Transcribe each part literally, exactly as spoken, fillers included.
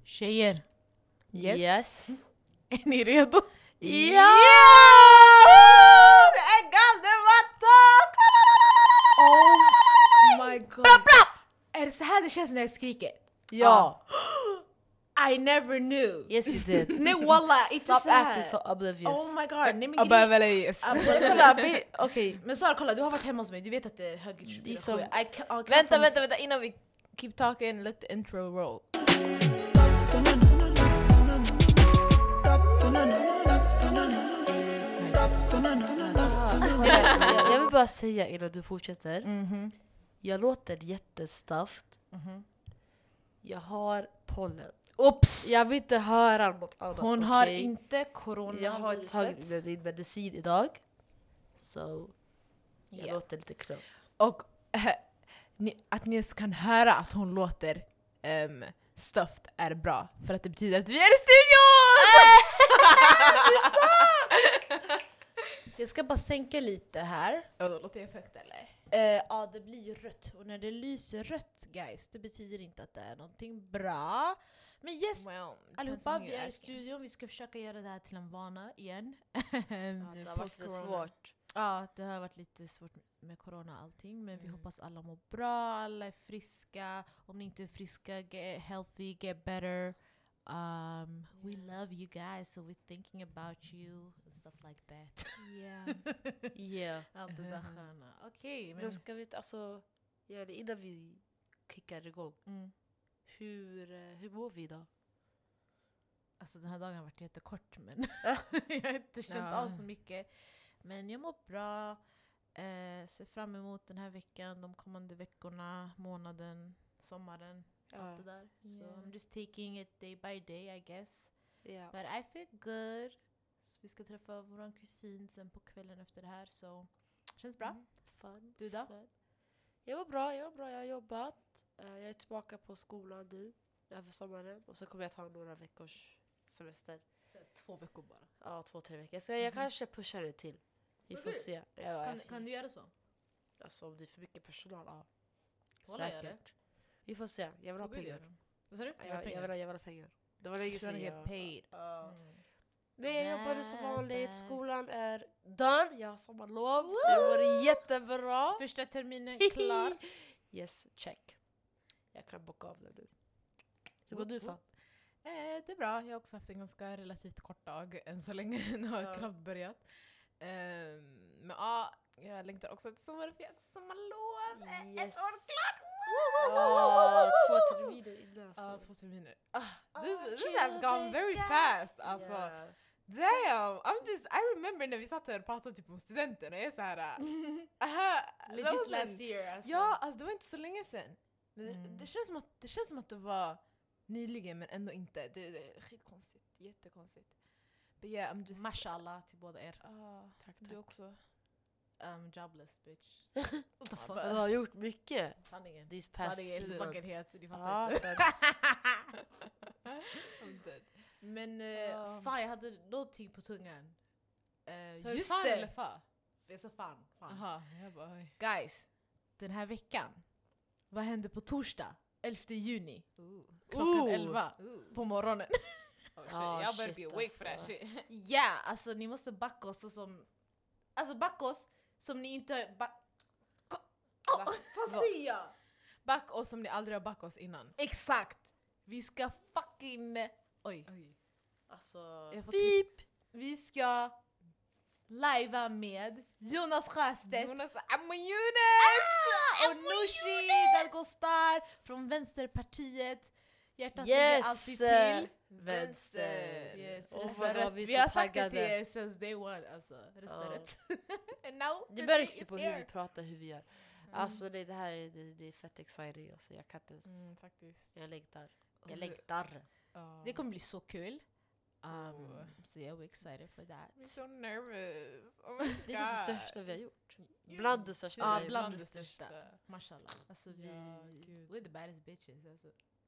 Tjejer. Yes. yes. Är ni redo? Ja! Det är Galdevatten! Oh my god. Bra, bra! Är det så här det känns när jag skriker? Ja. I never knew. Yes you did. Nej walla, inte Stop så här. acting so oblivious. Oh my god. Nej men Jag grej. behöver yes. Kolla, be- okej. Men Sara, kolla, du har varit hemma hos mig. Du vet att det är högt tjugo som- I ca- I can't Vänta, from- vänta, vänta. Innan vi keep talking, let the intro roll. jag, jag vill bara säga innan du fortsätter. Mhm. Jag låter jättestuffed. Mhm. Jag har pollen. Oops. Jag vill inte höra något annat. Hon har okej? inte corona. Jag har tagit med min medicin idag. Så jag Yeah. låter lite knas. Och äh, ni, att ni ens kan höra att hon låter um, stuffed är bra. För att det betyder att vi är i studion! Jag ska bara sänka lite här. Ja, då låter jag effekt eller? Eh, ja, det blir ju rött. Och när det lyser rött, guys, det betyder inte att det är någonting bra. Men yes, Well, allihopa, vi är i studion. Vi ska försöka göra det här till en vana igen. Ja, det har varit lite svårt. Ja, det har varit lite svårt med corona och allting. Men vi Mm. hoppas alla mår bra, alla är friska. Om ni inte är friska, get healthy, get better. Um, we love you guys, so we're thinking about you and stuff like that. Yeah. yeah. Allt det där sköna. Okej, Men men... ska vi alltså göra det innan vi kickar igång? Mm. Hur, eh, hur mår vi idag? Alltså den här dagen har varit jättekort, men jag har inte känt Ja. av så mycket. Men jag mår bra. Eh, ser fram emot den här veckan, de kommande veckorna, månaden, sommaren, allt det där. Så Yeah. I'm just taking it day by day, I guess. Ja. But I feel good. Så vi ska träffa vår kusin sen på kvällen efter det här, så känns bra. Mm. Fun. Du då? Fun. Jag var bra, jag var bra. Jag har jobbat. Eh, jag är tillbaka på skolan nu över sommaren. Och så kommer jag ta några veckors semester. Två veckor bara. Ja, två, tre veckor. Så jag Mhm. kanske pushar det till. Vi Vad får du? se. Ja, Kan, jag- kan du göra så? Alltså om det är för mycket personal, ja. Kolla, gör Säkert. Vi får se. Jag vill ha Får du göra pengar. det? Vad sa du? Jag, jag, vill ha, jag vill ha pengar. Det var länge You're sedan gonna jag... get paid. Ja. Mm. Nej, jag jobbade som vanligt. Bad. Skolan är done. Jag har sommarlov. Så det var jättebra. Första terminen klar. Yes, check. Jag kan bocka av det nu. Hur mår du, fan? Eh, det är bra, jag har också haft en ganska relativt kort dag än så länge. Den har Ja. knappt börjat. Ehm, men ja, jag längtar också till sommaren för jag har sommarlov. Eh, Ett Yes. år klart! Ah, två terminer innan. Ja, så. två terminer. Ah, Oh, this, this chill has gone very the fast. Alltså, Yeah. damn! I'm just, I remember när vi satt här och pratade typ om studenten och jag är såhär... aha, that Legit was last an- year alltså. Ja, alltså det var inte så länge sedan. Men det, Mm. det, känns som att, det känns som att det var nyligen men ändå inte. Det, det är skitkonstigt, jättekonstigt. But yeah, I'm just... Mashallah till båda er. Ah, Tack, du tack. också. Um, jobless bitch. What the fuck? Du har gjort mycket. Sanningen. These past Sanningen är few så fucking months. het, ni Ja, fattar inte. sen- I'm dead. Men uh, Ja. fan, jag hade någonting på tungan. Uh, Så just fan det! eller fa? Jag sa fan, fan. Aha, jag bara oj. Guys, den här veckan, vad hände på torsdag? elfte juni. Ooh. Klockan Ooh. elva på morgonen. Oh, shit. Ah, jag börjar shit, bli awake för det här alltså. shit. Ja, alltså ni måste backa oss så som... Alltså backa oss som ni inte... Ba- Va? Vad Va? säger jag? Back oss som ni aldrig har backat oss innan. Exakt! Vi ska fucking... Oj. Oj. Alltså... Jag får Beep! Vi ska livea med Jonas Sjöstedt Jonas Amo Yunus! och Nooshi Dalgostar från Vänsterpartiet. Hjärtat ligger Yes! alltid till. Vänster. Yes, Oh rösta my God, rätt. vi är Vi så har sagt det taggade. till er since day one. Alltså, rösta Ja. rätt. And now Det the börjar day också is på hur here. vi pratar, hur vi gör. Alltså det, det här är, det, det är fett exciting. Alltså, jag kan inte ens... Mm, faktiskt. Jag längtar. Jag Och- längtar. Ja. Det kommer bli så kul. Um, Oh. so yeah, we're excited for that. I'm so nervous. Oh my Det är typ det God. största vi har gjort. Bland det största Ja, vi har gjort. bland det största. Mashallah. Alltså vi... Ja, gud. We're the baddest bitches. Alltså.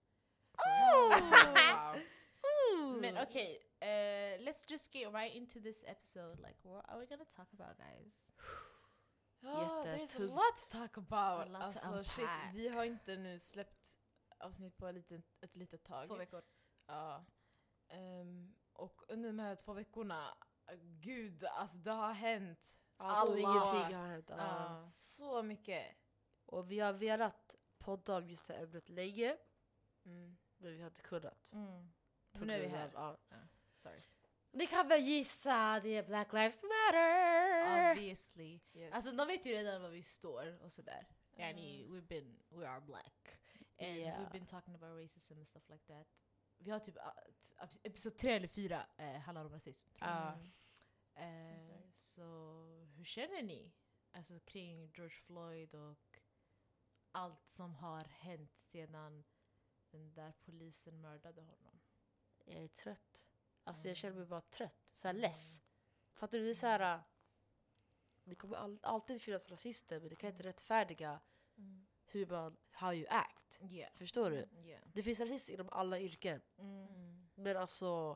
Wow. Men okej, uh, let's just get right into this episode. Like, what are we gonna talk about, guys? Ja, there's a Jättetungt. lot to talk about. A lot to Alltså shit, unpack. vi har inte nu släppt avsnitt på ett litet, ett litet tag. Två veckor. Ja. Ehm, och under de här två veckorna, gud, alltså det har hänt. Alltså, Alla- ingenting har hänt. Ja. Ja, så mycket. Och vi har velat podda om just det här ämnet länge, Mm. men vi har inte kunnat. Mm. Men nu är vi grund här. av- Ja. Sorry. Ni kan väl gissa, det är Black Lives Matter! Obviously. Yes. Alltså de vet ju redan var vi står och sådär. Yani, we've been, we are black. And Yeah. we've been talking about racism and stuff like that. Vi har typ, uh, t- episod tre eller fyra uh, handlar om rasism. Tror jag. Ja. Mm. Eh, så hur känner ni? Alltså kring George Floyd och allt som har hänt sedan den där polisen mördade honom. Jag är trött. Alltså Mm. jag känner mig bara trött. Såhär less. Fattar du? Det är såhär... Det kommer all, alltid finnas rasister, men det kan inte rättfärdiga hur man, how you act. Yeah. Förstår du? Yeah. Det finns rasister inom alla yrken. Mm. Men alltså...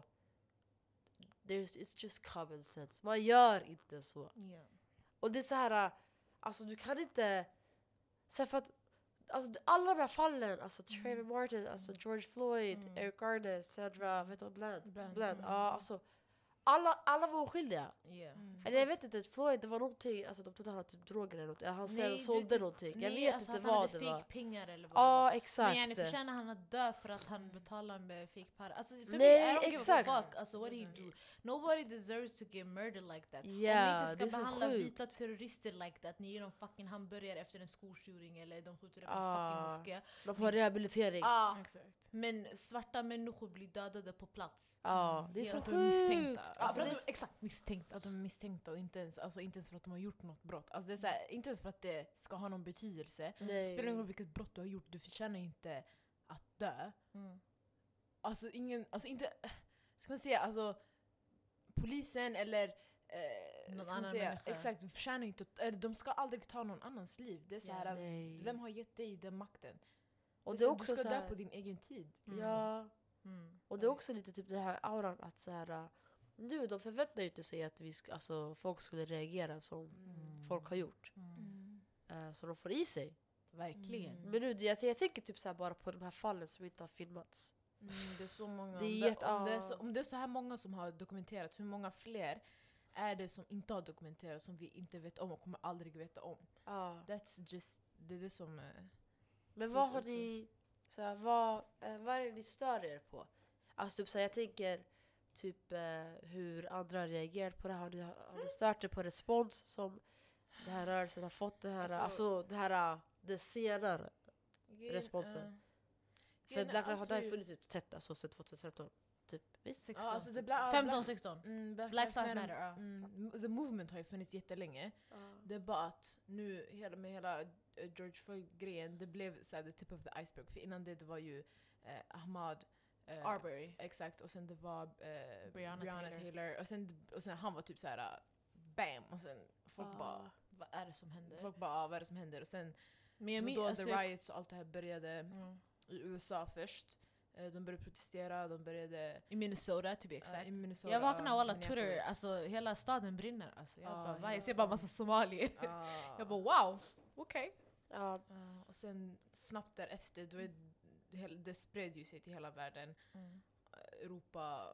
There's, it's just common sense. Man gör inte så. Yeah. Och det är så här, alltså du kan inte... Så här för att, alltså, alla de här fallen, alltså Trayvon Martin, alltså George Floyd, Mm. Eric Garner, Sandra, vet du, Bland. Bland. Bland. Mm. Ja, alltså, alla, alla var oskyldiga. Yeah. Eller jag vet inte, Floyd, det var någonting, alltså de trodde han hade typ droger eller något. Han Nej, sen det- sålde det- någonting. Jag Nej, vet alltså inte att han vad hade det var. fake pengar eller vad det var. Ja, Men exakt. yani, förtjänar han att dö för att han betalar med fake par? Alltså för Nej, mig, I don't give exakt. a fuck. Alltså what he do? Nobody deserves to get murdered like that. Ja, Om vi det är inte så ska behandla sjukt. vita terrorister like that, ni ger dem fucking hamburgare efter en skolshooting eller de skjuter upp en Ah. fucking moské. De får rehabilitering. Ja, Exakt. men svarta människor blir dödade på plats. Ja, det är Ja, så Att de är misstänkta. sjukt. Alltså, Alltså, för att det de, exakt, misstänkta. Att de är misstänkta och inte ens, alltså, inte ens för att de har gjort något brott. Alltså, det är så här, inte ens för att det ska ha någon betydelse. Det Nej. spelar ingen roll vilket brott du har gjort, du förtjänar inte att dö. Mm. Alltså ingen, alltså inte, ska man säga, alltså polisen eller eh, Någon ska man annan säga, människa. exakt, de förtjänar inte, att- eller de ska aldrig ta någon annans liv. Det är så Ja, här, Nej. vem har gett dig den makten? Och Det det är är så- också du ska så dö här, på din egen tid. Mm. ja. Mm. Och det är också lite typ det här auran att så här, uh, nu de förväntar ju inte sig att vi ska, alltså, folk skulle reagera som Mm. folk har gjort. Mm. Uh, så de får i sig. Verkligen. Men nu, jag, jag tänker typ så här bara på de här fallen som inte har filmats. Mm, det är så många. Det är om, jätte- det, om, det är så, ja. om det är så här många som har dokumenterats, hur många fler är det som inte har dokumenterats, som vi inte vet om och kommer aldrig veta om? Ja. That's just, det är det som... eh, Men vad har också. ni, så här, vad, eh, vad är det ni stör er på? Alltså typ så här, jag tänker typ eh, hur andra reagerar på det här. Har ni, har ni stört er på respons som den här rörelsen har fått? Det här, Alltså- alltså, det här, uh, det senare. grejen- Responsen. eh, För grejen är Black Lives allt har ju ju- funnits typ tätt, alltså sedan tjugohundratretton. Typ, visst? Ja, alltså det bla, femton Black- sexton. Mm, Black, Black Lives Lives Matter. Matter, ja. Mm, the movement har ju funnits jättelänge. Det är bara att nu hela, med hela eh, George Floyd-grejen, det blev så här, the tip of the iceberg. För innan det, det var ju eh, Ahmad eh, Arbery. Exakt, och sen det var eh, Breonna Breonna, Taylor. Taylor. Och, sen, och sen han var typ så här uh, bam! Och sen folk Ah. bara, Vad är det som händer? folk bara ah, vad är det som händer? Och sen Men jag min, då alltså, the jag- riots och allt det här började Mm. i U S A först. Eh, de började protestera, de började I Minnesota, to be eh, exact. i Minnesota. Jag vaknade av alla Minneapolis. Twitter, alltså hela staden brinner. Alltså, jag, Ja, bara, hela va? Jag ser bara staden. massa somalier. Ah. Jag bara wow, okej. Ja. Ja, och sen snabbt därefter, då är det, hela- det spred ju sig till hela världen. Mm. Europa,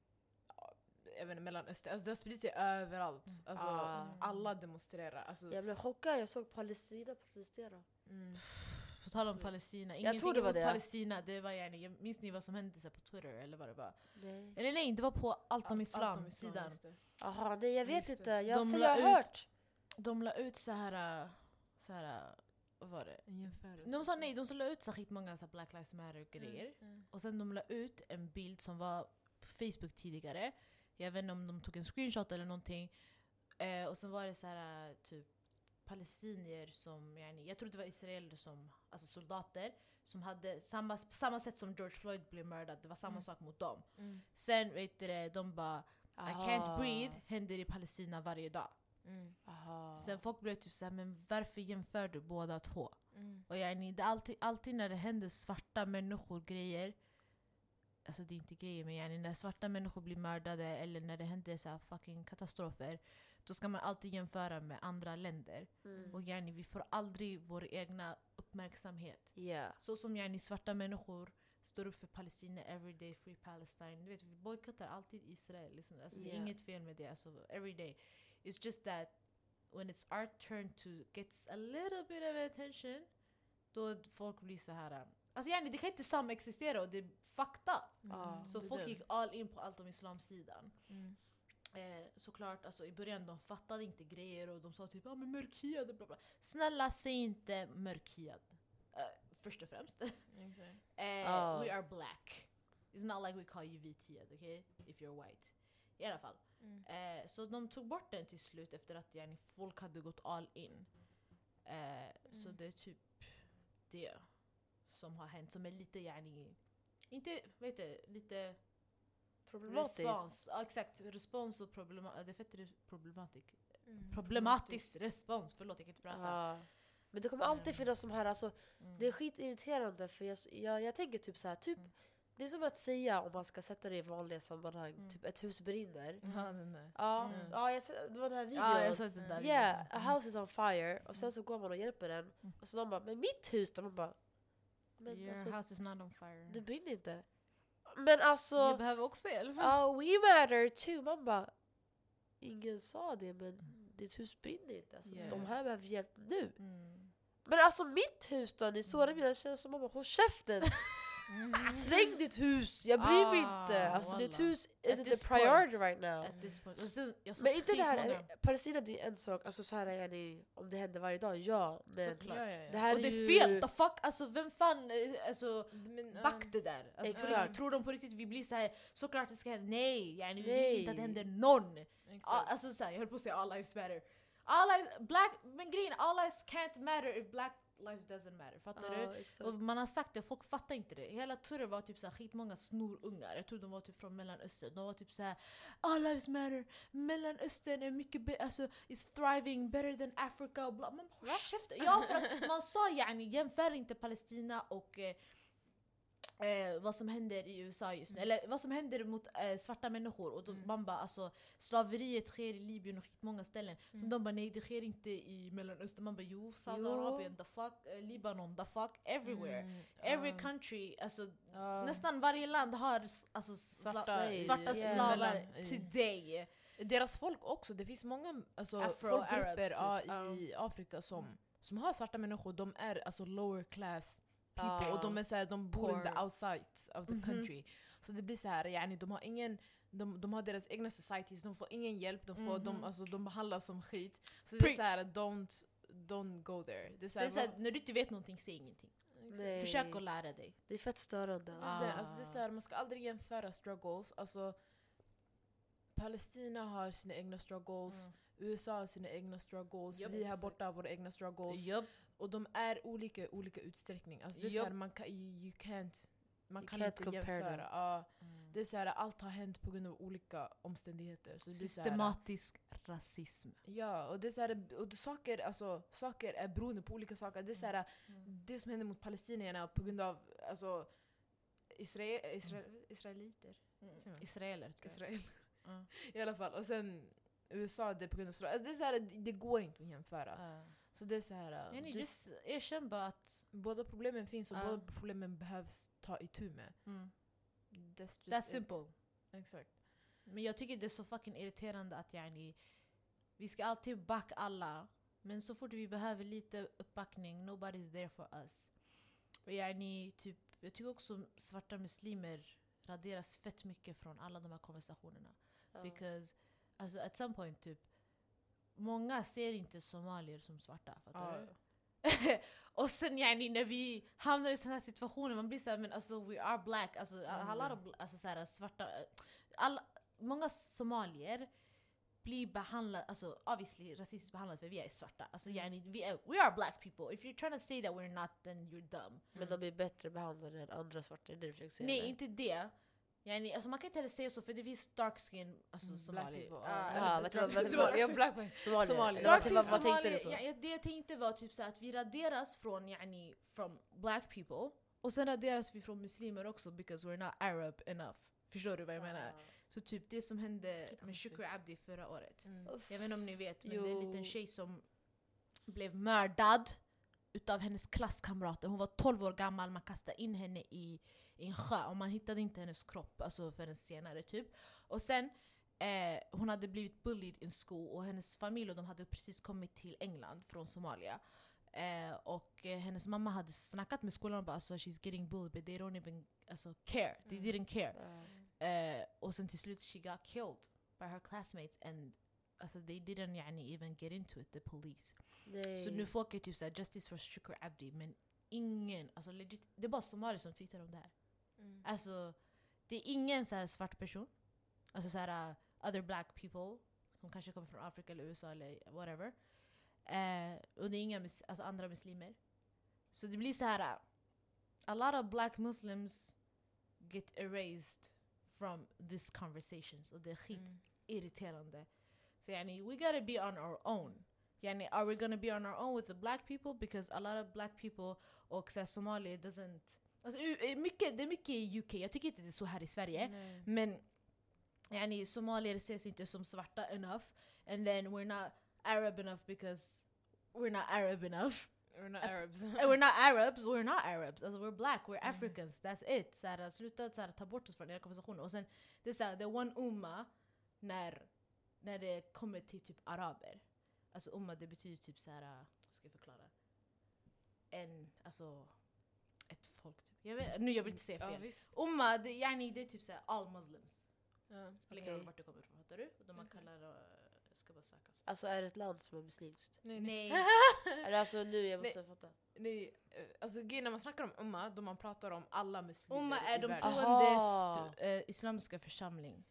ja, även Mellanöstern. Alltså det har spridit sig överallt. Alltså, Ah. alla demonstrerar. Alltså, Jag blev chockad, jag såg Palestina protestera. mm. På tal om Palestina, ingenting tror det var emot det. Palestina. Det var gärna, jag minns ni vad som hände så här på Twitter eller vad det var? Nej. Eller nej, det var på Allt om Allt- Islam, allt om islam, sidan. just det. Aha, nej jag vet Just det. inte. Jag, De så la jag ut- har hört. De la ut så här, så här, vad var det? En jämförelse. De sa nej, de så la ut så skitmånga så här Black Lives Matter grejer. Mm. Och sen de la ut en bild som var på Facebook tidigare. Jag vet inte om de tog en screenshot eller någonting. Eh, och sen var det så här typ palestinier som, yani, jag tror det var israeler som, alltså soldater, som hade samma, på samma sätt som George Floyd blev mördad, det var samma Mm. sak mot dem. Mm. Sen vet du det, de bara I can't Aha. breathe händer i Palestina varje dag. Mm. Aha. Sen folk blev typ såhär, men varför jämför du båda två? Mm. Och yani, det är alltid, alltid när det händer svarta människor grejer, alltså det är inte grejer men yani, när svarta människor blir mördade eller när det händer så här fucking katastrofer, då ska man alltid jämföra med andra länder. Mm. Och yani, vi får aldrig vår egna uppmärksamhet. Ja. Så som yani, svarta människor står upp för Palestina every day, free Palestine. Du vet, vi bojkottar alltid Israel. Liksom. Alltså, det är Yeah. inget fel med det. Alltså, every day. It's just that when it's our turn to get a little bit of attention, då folk blir så här. Alltså yani, det kan inte samexistera och det är fucked up. Mm. Så det är folk det. gick all in på allt om islamsidan. Mm. Eh, såklart, alltså, i början de fattade inte grejer och de sa typ ah, men mörkhyade, bla bla. Snälla, säg inte mörkhyad. Eh, först och främst. Exakt. eh, Oh. We are black. It's not like we call you vithyad, okay? If you're white. I alla fall. Mm. Eh, så de tog bort den till slut efter att yani, folk hade gått all in. Eh, Så Mm. det är typ det som har hänt, som är lite yani, inte, vet du, lite Problematiskt. respons. Ja, exakt, respons och problematiskt. Det är fett re- problematik. Mm. Problematisk respons, förlåt jag kan inte prata. Ja. Men det kommer alltid Mm. finnas de här, alltså, Mm. det är skitirriterande för jag, jag, jag tänker typ så här, typ, Mm. det är som att säga om man ska sätta det i vanliga sammanhang, Mm. typ ett hus brinner. Ja, den där. Ja, Mm. ja jag, ser- det var den här videon. Ja, jag har sett den där. Yeah, a videon. house is on fire. Och sen så går man och hjälper den. Mm. Och så de bara, men mitt hus då? Man bara, men Your alltså, house is not on fire. det brinner inte. Men alltså, Vi behöver också hjälp. ja, we matter too. Man bara, ingen sa det men ditt hus brinner inte. Alltså, Yeah. de här behöver hjälp nu. Mm. Men alltså mitt hus då, ni såg det mina känns som mamma, håll käften! Släng ditt hus, jag bryr mig Ah, inte. Alltså ditt wallah. hus At isn't this the priority point. right now. At this point. Och sen, jag såg Men inte det här, skitmånga- eh, Palestina det är en sak, alltså så här är ni, om det händer varje dag, ja. Men Såklart. Ja, ja, ja. det här Och det är är ju... fel, the fuck, alltså vem fan, eh, alltså Men, back um, det där. Alltså, på Exakt. riktigt, tror de på riktigt vi blir så här, såklart det ska hända, nej, yani, vi Nej. vill inte att det händer någon. exakt. Ah, alltså så här, jag höll på att säga all lives matter. All lives, black, men grejen, all lives can't matter if black lives doesn't matter, fattar du? Ja, exakt. Och man har sagt det, folk fattar inte det. Hela Twitter var typ så här skitmånga snorungar. Jag tror de var typ från Mellanöstern. De var typ så här: all lives matter. Mellanöstern är mycket be- alltså is thriving better than Africa och bla. Men håll käften. Ja, för att man sa yani, jämför inte Palestina och eh, eh, vad som händer i U S A just nu. Eller vad som händer mot eh, svarta människor. Och då, Mm. man bara alltså, slaveriet sker i Libyen och många ställen. Mm. Så de bara nej, det sker inte i Mellanöstern. Man bara jo, Saudiarabien, the fuck, eh, Libanon, the fuck, everywhere. Mm, Every um, country, alltså ja. nästan varje land har s- alltså, Svarta sla- slaves, svarta yeah. slavar Mellan- i- today. Deras folk också, det finns många alltså, Afro-Arabs, folkgrupper typ. ja, Ja. i Afrika som, som har svarta människor, de är alltså lower class people Ja. och de är så här, de bor in the Poor. outsides of the Mhm. country. Så det blir så här, yani, de har ingen de, de har deras egna societies, de får ingen hjälp, de, får, de, Mhm. alltså, de behandlas som skit. Så det är Preach. så här, don't, don't go there. Det är så Det här, är så här, vad- när du inte vet någonting, säg ingenting. Nej. Försök att lära dig. Det är fett störande. Det är Alltså. så- Ah. Alltså det är så här, man ska aldrig jämföra struggles. Alltså, Palestina har sina egna struggles, Mm. U S A har sina egna struggles, Japp. vi här borta har våra egna struggles. Yup. Och de är olika i olika utsträckning. Alltså det är så Japp. här, man kan, you, you can't, man You kan can't inte compare jämföra. them. Ja, det är så här, allt har hänt på grund av olika omständigheter. Så det är så här, Systematisk rasism. ja, och det är så här, och det, saker, alltså, saker är beroende på olika saker. Det är så här, det som händer mot palestinierna på grund av alltså, Israel, Israel, israeliter. Säger man? Israeler tror jag. Israel. Ja. I alla fall. Och sen U S A, det är på grund av Israel. Alltså, det, är så här, det går inte att jämföra. Ja. Så det är så här, Ja, ni, det, just erkänn bara att båda problemen finns och Ja. båda problemen behövs ta itu med. mm, That's, just that's it. simple. Exakt. Men jag tycker det är så fucking irriterande att yani, vi ska alltid backa alla. Men så fort vi behöver lite uppbackning, nobody's there for us. Och yani, typ, jag tycker också svarta muslimer raderas fett mycket från alla de här konversationerna. Ja. Because alltså, at some point typ, många ser inte somalier som svarta, fattar Ja. du? Och sen yani, när vi hamnar i sådana här situationer, man blir såhär, men alltså we are black, alltså, Mm. alla de, alltså såhär, svarta, alla, många somalier blir behandlade, alltså obviously rasistiskt behandlade för vi är svarta. Alltså Mm. yani, vi är, we are black people. If you're trying to say that we're not, then you're dumb. Men de är bättre behandlade än andra svarta, det är det du försöker säga? Nej, eller? inte det. Yani, alltså man kan inte heller säga så, för det finns dark skin, alltså Mm, somalier. black people, Ah, ja. eller Ja, dark- vet du vad- dark- vet du dark- vad- Jag är black man. Somalier. Somalier. Det var Dark till skin vad, vad tänkte du somalier, på? ja, ja, det jag tänkte var typ så att vi raderas från yani, from black people, och sen raderas vi från muslimer också, because we're not Arab enough. Förstår du vad jag menar? Så typ det som hände med Skitkonstigt. Shukri Abdi förra året. Mm. Uff. Jag vet inte om ni vet, men det är en Jo. liten tjej som blev mördad utav hennes klasskamrater. Hon var tolv år gammal, man kastade in henne i, i en sjö. Och man hittade inte hennes kropp alltså förrän senare typ. Och sen eh, hon hade blivit bullied in school och hennes familj och de hade precis kommit till England från Somalia. Eh, och eh, hennes mamma hade snackat med skolan och bara alltså, she's getting bullied but they don't even alltså, care. They Mm. didn't care. Uh, Eh, och sen till slut she got killed by her classmates and alltså, they didn't yani, even get into it, the police. nej. Så nu folk är typ såhär justice for Shukr Abdi men ingen, alltså legit, det är bara somalier som twittrar om det här. Mm. Alltså det är ingen så här svart person. Alltså så här uh, other black people som kanske kommer från Afrika eller U S A eller whatever. Eh, och det är inga mus- alltså andra muslimer. Så det blir så här uh, a lot of black Muslims get erased from this conversations och det är skit Mm. irriterande. Så yani we gotta be on our own. Yani are we gonna be on our own with the black people because a lot of black people och så här, Somalia doesn't alltså, u- eh, mycket, det är mycket i U K. Jag tycker inte det är så här i Sverige. Nej. Men yani, somalier ses inte som svarta enough. And then we're not Arab enough because we're not Arab enough. We're not Arabs. And we're not Arabs, we're not Arabs. Alltså we're black, we're Mm. Africans. That's it. Så här, sluta så här, ta bort oss från era konversationer. Och sen, det är så här, the one umma när, när det kommer till typ araber. Alltså umma det betyder typ så här, vad ska jag förklara? En, alltså ett folk typ. Jag vet, nu jag vill inte säga Ja, fel. visst. Umma, det, yani, det är typ såhär all muslims. Ja. Spelar ingen roll Okej. vart du kommer ifrån, fattar du? Och de man Okej. kallar, uh, jag ska bara söka. Alltså är det ett land som är muslimskt? Nej, Nej. Eller alltså nu, jag måste fatta. Nej, eh, alltså grejen när man snackar om umma, då man pratar om alla muslimer Umma är i de världen. troendes Aha. f- eh, islamiska församling.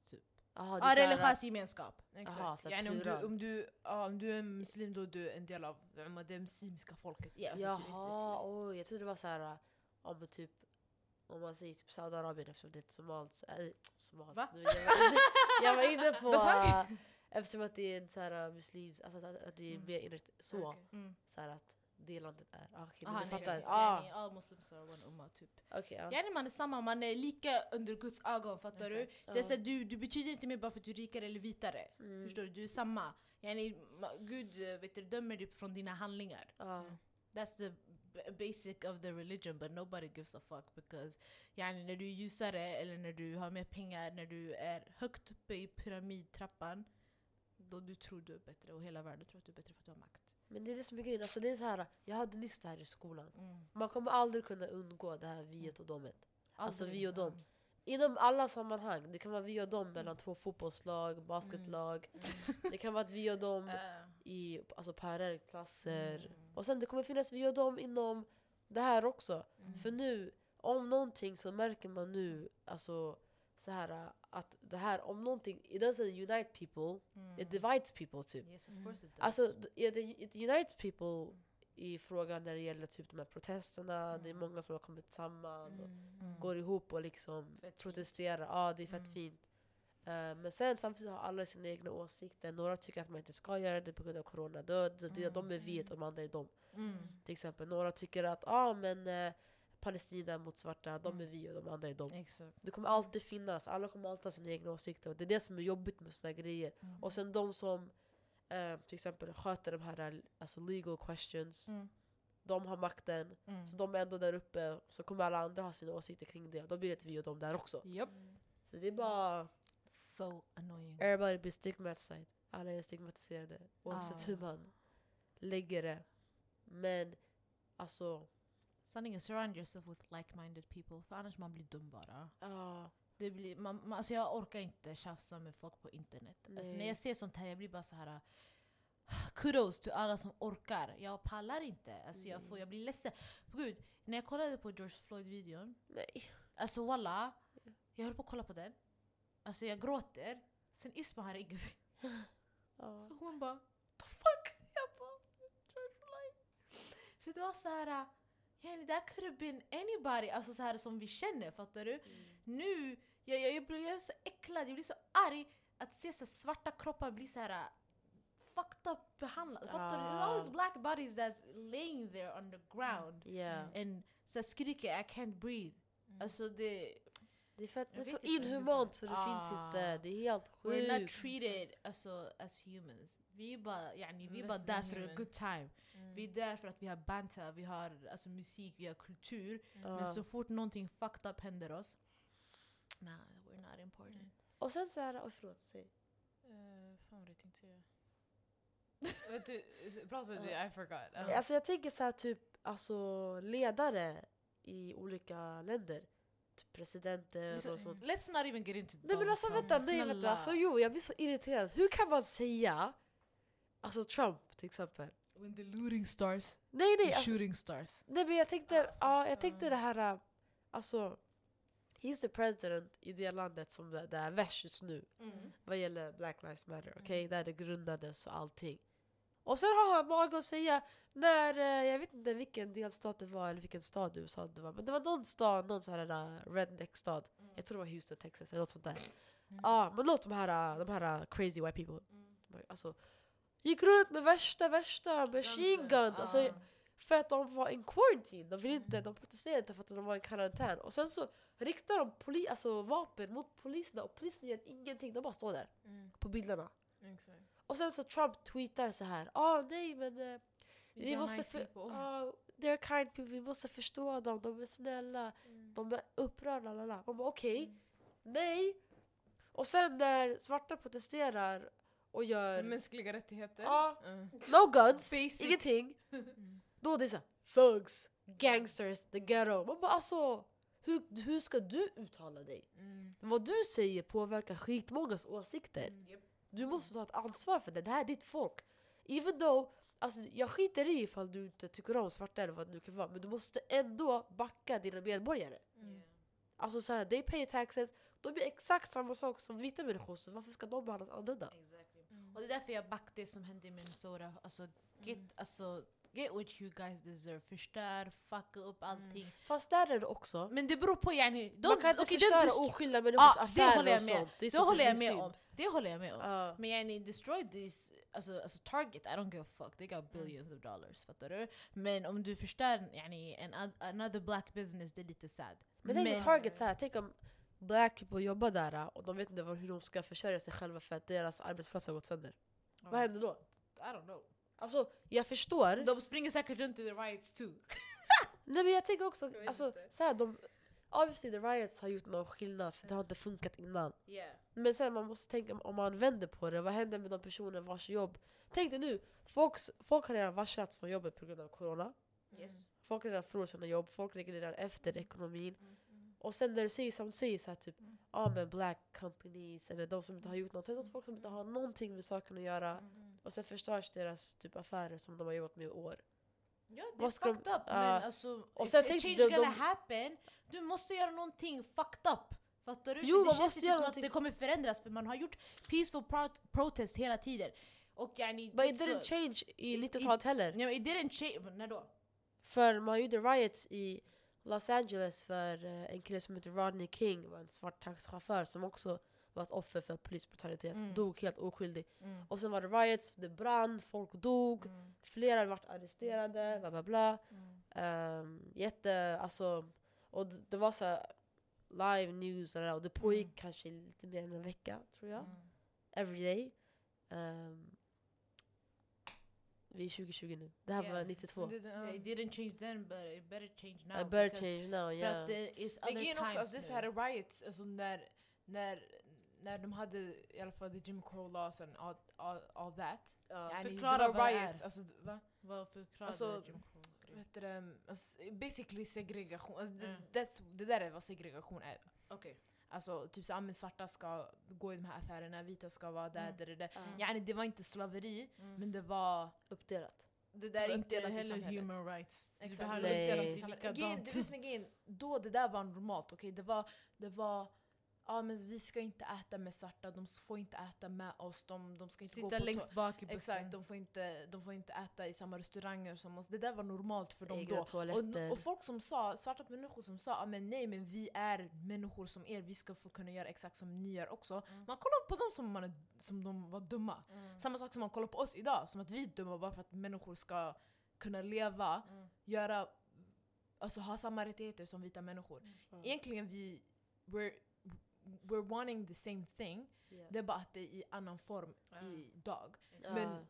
Aha, Ja, är så här- religiös gemenskap. Exakt. Aha, så här Yani om, du, plural. om, du, ja, om du är muslim då är du en del av umma, det muslimska folket. Ja, alltså, Jaha, oj, jag trodde det var så här om typ om man säger typ Saudiarabien eftersom det är ett somals... Äh, somals. Va? Nu, jag, var inne, jag var inne på... The fuck? äh, eftersom att det är en så här muslims... Alltså att, att det är Mm. mer inriktat så. Okej. Mm. Så här att det landet är... Ah, okej, Aha, men du nej, fattar. nej, Ah, yani, all muslims are one umma typ. okej, ja. Yani man är samma, man är lika under Guds ögon, fattar du? Exakt. Det är så att du, du betyder inte mer bara för att du är rikare eller vitare. Mm. Förstår du? Du är samma. Yani, ma- Gud eh, vet du, dömer dig från dina handlingar. Ja. That's the b- basic of the religion, but nobody gives a fuck because yani, när du är ljusare eller när du har mer pengar, när du är högt uppe i pyramidtrappan, då du tror du är bättre och hela världen tror att du är bättre för att du har makt. Men det är det som är grejen. Alltså det är så här, jag hade nyss det här i skolan. Mm. Man kommer aldrig kunna undgå det här viet och domet. Alltså Aldrig. vi och dem. Inom alla sammanhang. Det kan vara vi och dem mellan två fotbollslag, basketlag. Det kan vara att vi och dem Äh, i alltså parallellklasser. mm. Och sen det kommer finnas vi och dem inom det här också. Mm. För nu, om någonting så märker man nu alltså så här att det här, om någonting, it doesn't unite people, Mm. it divides people typ. Yes, of Mm. course it does. Alltså d- it, it unites people i frågan när det gäller typ de här protesterna. Det är många som har kommit samman och Mm. går ihop och liksom Fett protesterar. Ja, det är fett Mm. fint. Eh, men sen samtidigt har alla sina egna åsikter. Några tycker att man inte ska göra det på grund av coronadöd. Så det- Mm. De är vi och de andra är de. Mm. Till exempel några tycker att ah, men eh, Palestina mot svarta, de är Mm. vi och de andra är de. Exakt. Det kommer alltid finnas, alla kommer alltid ha sina egna åsikter. Och det är det som är jobbigt med såna här grejer. Mm. Och sen de som eh, till exempel sköter de här alltså legal questions. Mm. De har makten. Mm. Så de är ändå där uppe. Så kommer alla andra ha sina åsikter kring det. Då blir det ett vi och de där också. Yep. Så det är bara So annoying. everybody be stigmatized. Alla är stigmatiserade. Oavsett Ah. hur man lägger det. Men alltså Sanningen, surround yourself with like-minded people, för annars man blir dum bara. ja. Det blir, man, man, alltså jag orkar inte tjafsa med folk på internet. Alltså Nej. när jag ser sånt här, jag blir bara så här. Kudos till alla som orkar. Jag pallar inte. Alltså jag, får, jag blir ledsen. Gud, när jag kollade på George Floyd-videon, Nej. alltså walla, jag höll på att kolla på den. Alltså jag gråter. Sen Isma här ringer mig. Ja. Så hon bara, the fuck? Jag bara, George Floyd. För det var så här, yani, that could have been anybody, alltså så här som vi känner, fattar du? Nu, jag, jag, jag, blir, jag är så äcklad, jag blir så arg att se så här svarta kroppar bli så här fucked up behandlade. Fattar du? It's Ah. always black bodies that's laying there on the ground Yeah. and så här skriker I can't breathe. Mm. Alltså det, Det är, fett, det är Jag så vet inte vad jag ska inhumant så säga. det finns Ah. inte. Det är helt we're not sjukt. treated alltså, as humans. Vi är bara, yani, vi är Less bara than där för a human. good time. Mm. Vi är där för att vi har banter, vi har alltså, musik, vi har kultur. Ja. Men så fort någonting fucked up händer oss, nah, we're not important. Mm. Och sen så här, oj förlåt, säg. Eh, fan vad jag tänkte säga. Vet du, pratade du? Ja. I forgot. Ja. Uh, Alltså jag tänker så här typ, alltså ledare i olika länder. Typ presidenter Listen, och sånt. let's not even get into Nej men Donald alltså Trump. vänta, nej vänta. Snälla. Alltså jo, jag blir så irriterad. Hur kan man säga, alltså Trump till exempel. When the looting starts, Nej nej, the alltså, shooting starts. nej men jag tänkte, Ah, ja fuck, jag tänkte ja. det här, äh, alltså. He's the president i det landet som det, det är värst just nu. mm. Vad gäller Black Lives Matter, okej? Mm. Där det grundades och allting. Och sen har han mage att säga, när, eh, jag vet inte vilken delstat det var eller vilken stad i U S A det var, men det var någon stad, någon sån här där redneck-stad. Mm. Jag tror det var Houston, Texas eller något sånt där. Ja, Mm. ah, men låt de här, de här crazy white people. Mm. Alltså, gick runt med värsta, värsta machine guns. Alltså, Ah. för att de var in quarantine. De, vill inte, de protesterade inte för att de var i karantän. Och sen så riktar de poli, alltså, vapen mot poliserna och poliserna gör ingenting. De bara står där Mm. på bilderna. Exakt. Och sen så Trump tweetar så här. Ah nej men eh, vi These are måste nice för, people. ah, they're kind people. Vi måste förstå dem. De är snälla. Mm. De är upprörda. Lala. Man bara okej. Mm. Nej. Och sen när svarta protesterar och För gör mänskliga rättigheter. Ja. Mm. no guns, Basic. ingenting. Mm. Då är det såhär thugs, gangsters, the ghetto. Man bara alltså, hur, hur ska du uttala dig? Mm. Vad du säger påverkar skitmångas åsikter. Mm. Japp. Du måste ta ett ansvar för det, det här är ditt folk. Even though, alltså jag skiter i ifall du inte tycker om svarta eller vad det nu kan vara, men du måste ändå backa dina medborgare. Mm. Alltså såhär, they pay taxes, de gör exakt samma sak som vita människor, så varför ska de behandlas annorlunda? Exactly. Mm. Och det är därför jag backar det som hände i Minnesota. Alltså, get, Mm. alltså, get what you guys deserve. Förstör, fucka upp allting. Fast där är det också, Men det beror på, yani, de, man kan inte okej, förstöra den dist- oskyldiga människors Ja, det affärer håller jag och med. sånt. Det, är Det så håller jag synd. med om. Det håller jag med om. Ja. Men yani, destroy this, alltså, alltså Target, I don't give a fuck. They got billions of dollars, fattar du? Men om du förstör yani, en, an- another black business, det är lite sad. Men tänk på Target så här, tänk om black people jobbar där och de vet inte hur de ska försörja sig själva för att deras arbetsplats har gått sönder. Ja. Vad händer då? I don't know. Alltså, jag förstår. De springer säkert runt i the riots too. Nej men jag tänker också, Jag vet alltså, inte. så här, de, obviously the riots har gjort någon skillnad för det har inte funkat innan. Yeah. Men sen man måste tänka om man vänder på det, vad händer med de personer vars jobb? Tänk dig nu, folks, folk har redan varslats från jobbet på grund av corona. Yes. Folk har redan förlorat sina jobb, folk ligger redan efter ekonomin. Mm. Och sen när du säger som du säger så här, typ, Mm. ja men black companies eller de som inte har gjort något, de folk som inte har någonting med saken att göra. Mm. Och sen förstörs deras typ affärer som de har jobbat med i år. Ja, det är Vad ska de- fucked up. ja. Men alltså, Och if sen a tänk change de- gonna de- happen, du måste göra någonting fucked up. Fattar du? Jo, För det man känns måste inte göra som någonting- att det kommer förändras, för man har gjort peaceful pro protest hela tiden. Och yani, But it så- didn't change i It- nittiotalet heller. Ja, it didn't change. När då? För man gjorde riots i Los Angeles för eh, en kille som heter Rodney King, var en svart taxichaufför som också var ett offer för polisbrutalitet. Mm. Dog helt oskyldig. Mm. Och sen var det riots, det brann, folk dog, Mm. flera vart arresterade, bla bla bla. Mm. Um, jätte, alltså, och d- det var så här live news och, det där, och det pågick Mm. kanske lite mer än en vecka tror jag. Mm. Every day. Um, vi är tjugo tjugo nu. Det här Yeah. var nittiotvå. Det- det- ja. It didn't change then, but it better change now. I better because- change now, För yeah. att det is Men other grejen times också, alltså, det är så nu. här riots, alltså när, när, när de hade i alla fall the Jim Crow laws and all, all, all that. Ja. Yani, förklara det var vad det riots, är. alltså, va? Vad förklarar Alltså, Jim Crow? Vet du, det, alltså, basically segregation, alltså, Mm. det, that's, det där är vad segregation är. Okej. Alltså typ så ah, men svarta ska gå i de här affärerna, vita ska vara där, Mm. där, där, där. Ja. Yani, det var inte slaveri, Mm. men det var Uppdelat. Det där är inte uppdelat i heller samhället. human rights. Du exakt behandlar Nej. inte uppdelat i alltid samhället. Grejen- likadant. det är det som är grejen, då det där var normalt, okej? Det var, det var ja men vi ska inte äta med svarta, de får inte äta med oss, de, de ska inte gå Sitta på längst bak i bussen. Exakt, de får, inte, de får inte äta i samma restauranger som oss. Det där var normalt för dem Egna då. toaletter. Och, och folk som sa, svarta människor som sa ah, men nej men vi är människor som er, vi ska få kunna göra exakt som ni gör också. Mm. Man kollar på dem som, man är, som de var dumma. Mm. Samma sak som man kollar på oss idag, som att vi är dumma bara för att människor ska kunna leva, Mm. göra, alltså ha samma rättigheter som vita människor. Mm. Egentligen vi, we're, we're wanting the same thing. Yeah. Det är bara att det är i annan form Ja. idag. Ja. Men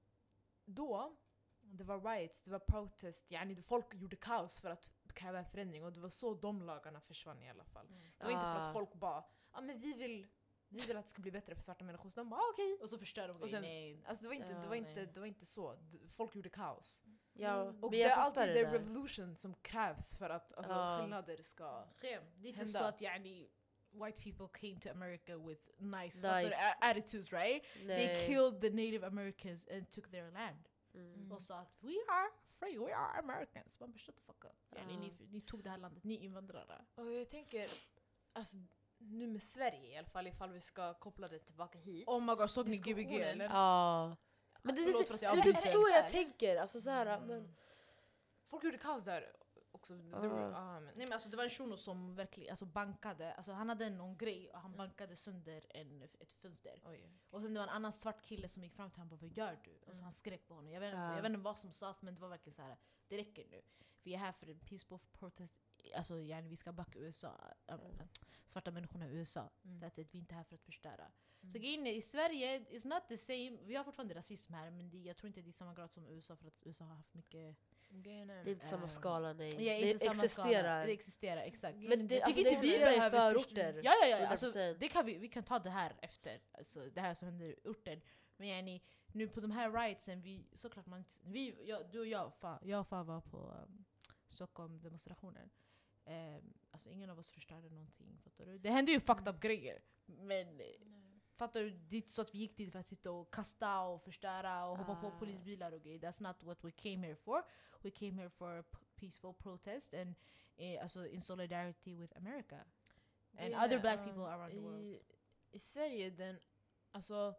då, det var riots, det var protest, yani folk gjorde kaos för att kräva en förändring och det var så de lagarna försvann i alla fall. Mm. Det var inte för Ah. att folk bara, ja men vi vill, vi vill att det ska bli bättre för svarta människor, så de bara ah, okej. Och så förstör de Och sen- grejen. Alltså det var inte, Ja, det var inte, nej. det var inte så. D- Folk gjorde kaos. Ja, Mm. Och men det jag är fattar alltid det the där. revolution som krävs för att alltså, Ja. skillnader ska... Skäm. Det är inte hända. så att yani, white people came to America with nice, Nice. fattar du, a- attitudes, right? They Nej. killed the native Americans and took their land. Mm. Och sa att we are free, we are Americans. Man bara shut the fuck up. Yani, Ja. ni, ni tog det här landet, ni är invandrare. Och jag tänker, alltså nu med Sverige i alla fall, ifall vi ska koppla det tillbaka hit. Oh my god, såg ni G B G Diskussionen. eller? Ja. Men det, det, Förlåt det, för att det jag är typ avbryter. så jag tänker. Alltså så här, men... Mm. Folk gjorde kaos där också. Det var, Ja. ah, men, Nej men alltså det var en shuno som verkligen alltså, bankade, alltså han hade någon grej och han bankade sönder en, ett fönster. oj. Och sen det var en annan svart kille som gick fram till honom och bara vad gör du? Och så Mm. han skrek på honom. Jag vet, Ja. jag vet inte vad som sades men det var verkligen så här. Det räcker nu. Vi är här för en peaceful protest. Alltså yani, vi ska backa U S A. Äh, svarta människorna i U S A. Mm. That's it, vi är inte här för att förstöra. Mm. Så grejen är, i Sverige, it's not the same. Vi har fortfarande rasism här men det, jag tror inte det är i samma grad som U S A för att U S A har haft mycket... Grejen är- Det är inte samma Ehm, skala, nej. Ja, det inte samma skala. existerar. Det existerar, exakt. Men det, Jag alltså, tycker det inte vi existerar i behöver förorter. Ja, ja, ja. Alltså, hundra procent. det kan vi, vi kan ta det här efter. Alltså, det här som händer i orten. Men yani, nu på de här rightsen, vi, såklart man inte- vi, jag, du och jag, fa, jag och Fa var på um, Stockholm-demonstrationen. Um, alltså ingen av oss förstörde någonting, fattar du? Det hände ju fucked up grejer. Men eh, fattar du, det är inte så att vi gick dit för att sitta och kasta och förstöra och hoppa på Ah. polisbilar och grejer. That's not what we came here for. We came here for a p- peaceful protest and eh, alltså in solidarity with America. And Grejen other är, black ah, people around the world. I, I Sverige, den, alltså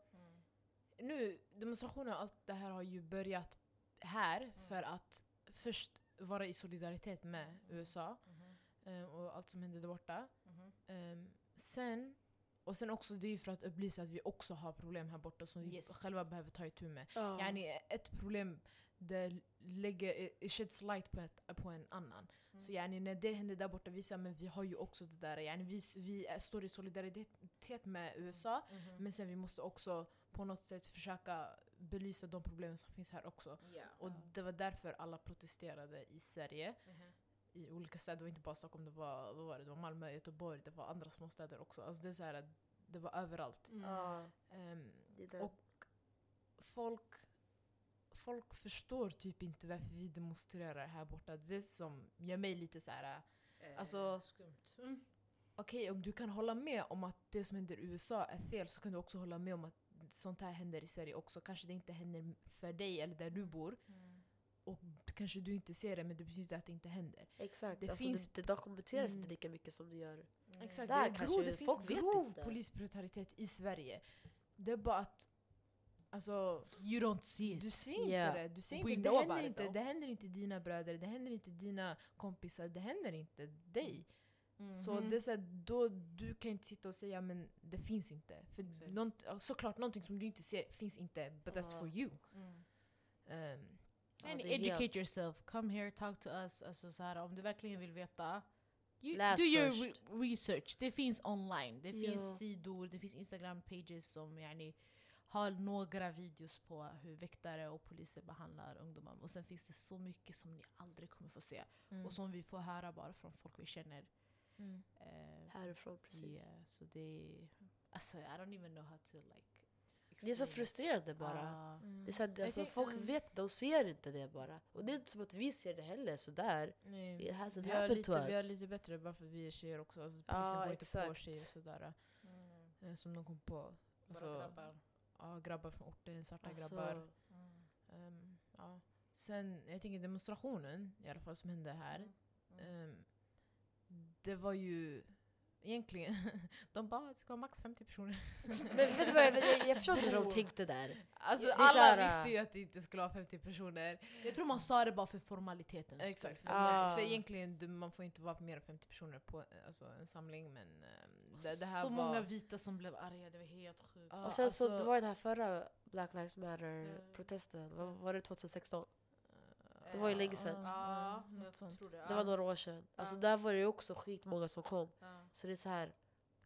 nu, demonstrationer och allt det här har ju börjat här för att först vara i solidaritet med U S A eh, och allt som händer där borta. Ehm, sen, och sen också det är ju för att upplysa att vi också har problem här borta som vi Yes. själva behöver ta itu med. Ja. Yani, ett problem det lägger, it sheds light på, ett, på en annan. Mm. Så yani, när det händer där borta visar men vi har ju också det där. Yani, vi, vi är, står i solidaritet med U S A men sen vi måste också på något sätt försöka belysa de problem som finns här också. Och det var därför alla protesterade i Sverige. I olika städer, det var inte bara Stockholm, det var, vad var det? Det var Malmö, Göteborg, det var andra småstäder också. Alltså det är så här, att det var överallt. Ja, Ehm, det är det. och folk, folk förstår typ inte varför vi demonstrerar här borta. Det som gör mig lite så här. Alltså- skumt. Mm. Okej, om du kan hålla med om att det som händer i U S A är fel så kan du också hålla med om att sånt här händer i Sverige också. Kanske det inte händer för dig eller där du bor. Och kanske du inte ser det, men det betyder inte att det inte händer. Exakt, det alltså, finns- det, det dokumenteras Mm. inte lika mycket som det gör. Exakt, Där det, är kanske grov, det finns folk vet grov inte. polisbrutalitet i Sverige. Det är bara att alltså, You don't see it. du ser inte Yeah. det. Du ser We inte, det, know händer about it, inte though. det händer inte dina bröder, det händer inte dina kompisar, det händer inte dig. Så Mhm. det är så här, då, du kan inte sitta och säga men det finns inte. För Exakt. nånt, ja, såklart någonting som du inte ser finns inte, but that's Ja. for you. Mm. Um, Ja, And det är educate helt- yourself. Come here, talk to us. Alltså, så här, om du verkligen vill veta, you, Läs do your först. re- research. Det finns online. Det Ja. finns sidor, det finns Instagram-pages som yani, har några videos på hur väktare och poliser behandlar ungdomar. Och sen finns det så mycket som ni aldrig kommer få se. mm. Och som vi får höra bara från folk vi känner. Mm. Eh, Härifrån, precis. yeah, så det alltså, I don't even know how to like Det är så explain it. frustrerande bara. Ah. Mm. Det är så att, Jag alltså, tänk- folk mm. vet, de ser inte det bara. Och det är inte som att vi ser det heller sådär. Nej. It hasn't Vi har, happened lite, to vi har us. lite bättre bara för att vi är tjejer också. Alltså, Ja, polisen går inte på exakt. tjejer sådär. Mm. eh, Som de kom på. Bara Alltså, grabbar. ja, grabbar från orten, svarta Alltså, grabbar. Mm. Ehm, ja. Sen, jag tänker demonstrationen i alla fall som hände här. Mm. ehm, det var ju egentligen, de bara det ska vara max femtio personer. Men vet du vad, jag, jag, jag förstår inte hur de tänkte där. Alltså Det är alla så här, visste ju att det inte skulle vara femtio personer. Jag tror man sa det bara för formaliteten. Exakt, för, Ah. för egentligen du- man får inte vara mer än femtio personer på alltså, en samling men ehm, det, det här så var... många vita som blev arga, det var helt sjukt. Ja, Och sen så alltså, det var ju den här förra Black Lives Matter-protesten. Vad var det tjugohundrasexton? det var ju länge sedan. Ja, något jag sånt. tror det. Det var några år sedan. Alltså Ja. där var det ju också skitmånga som kom. Ja. Så det är så här.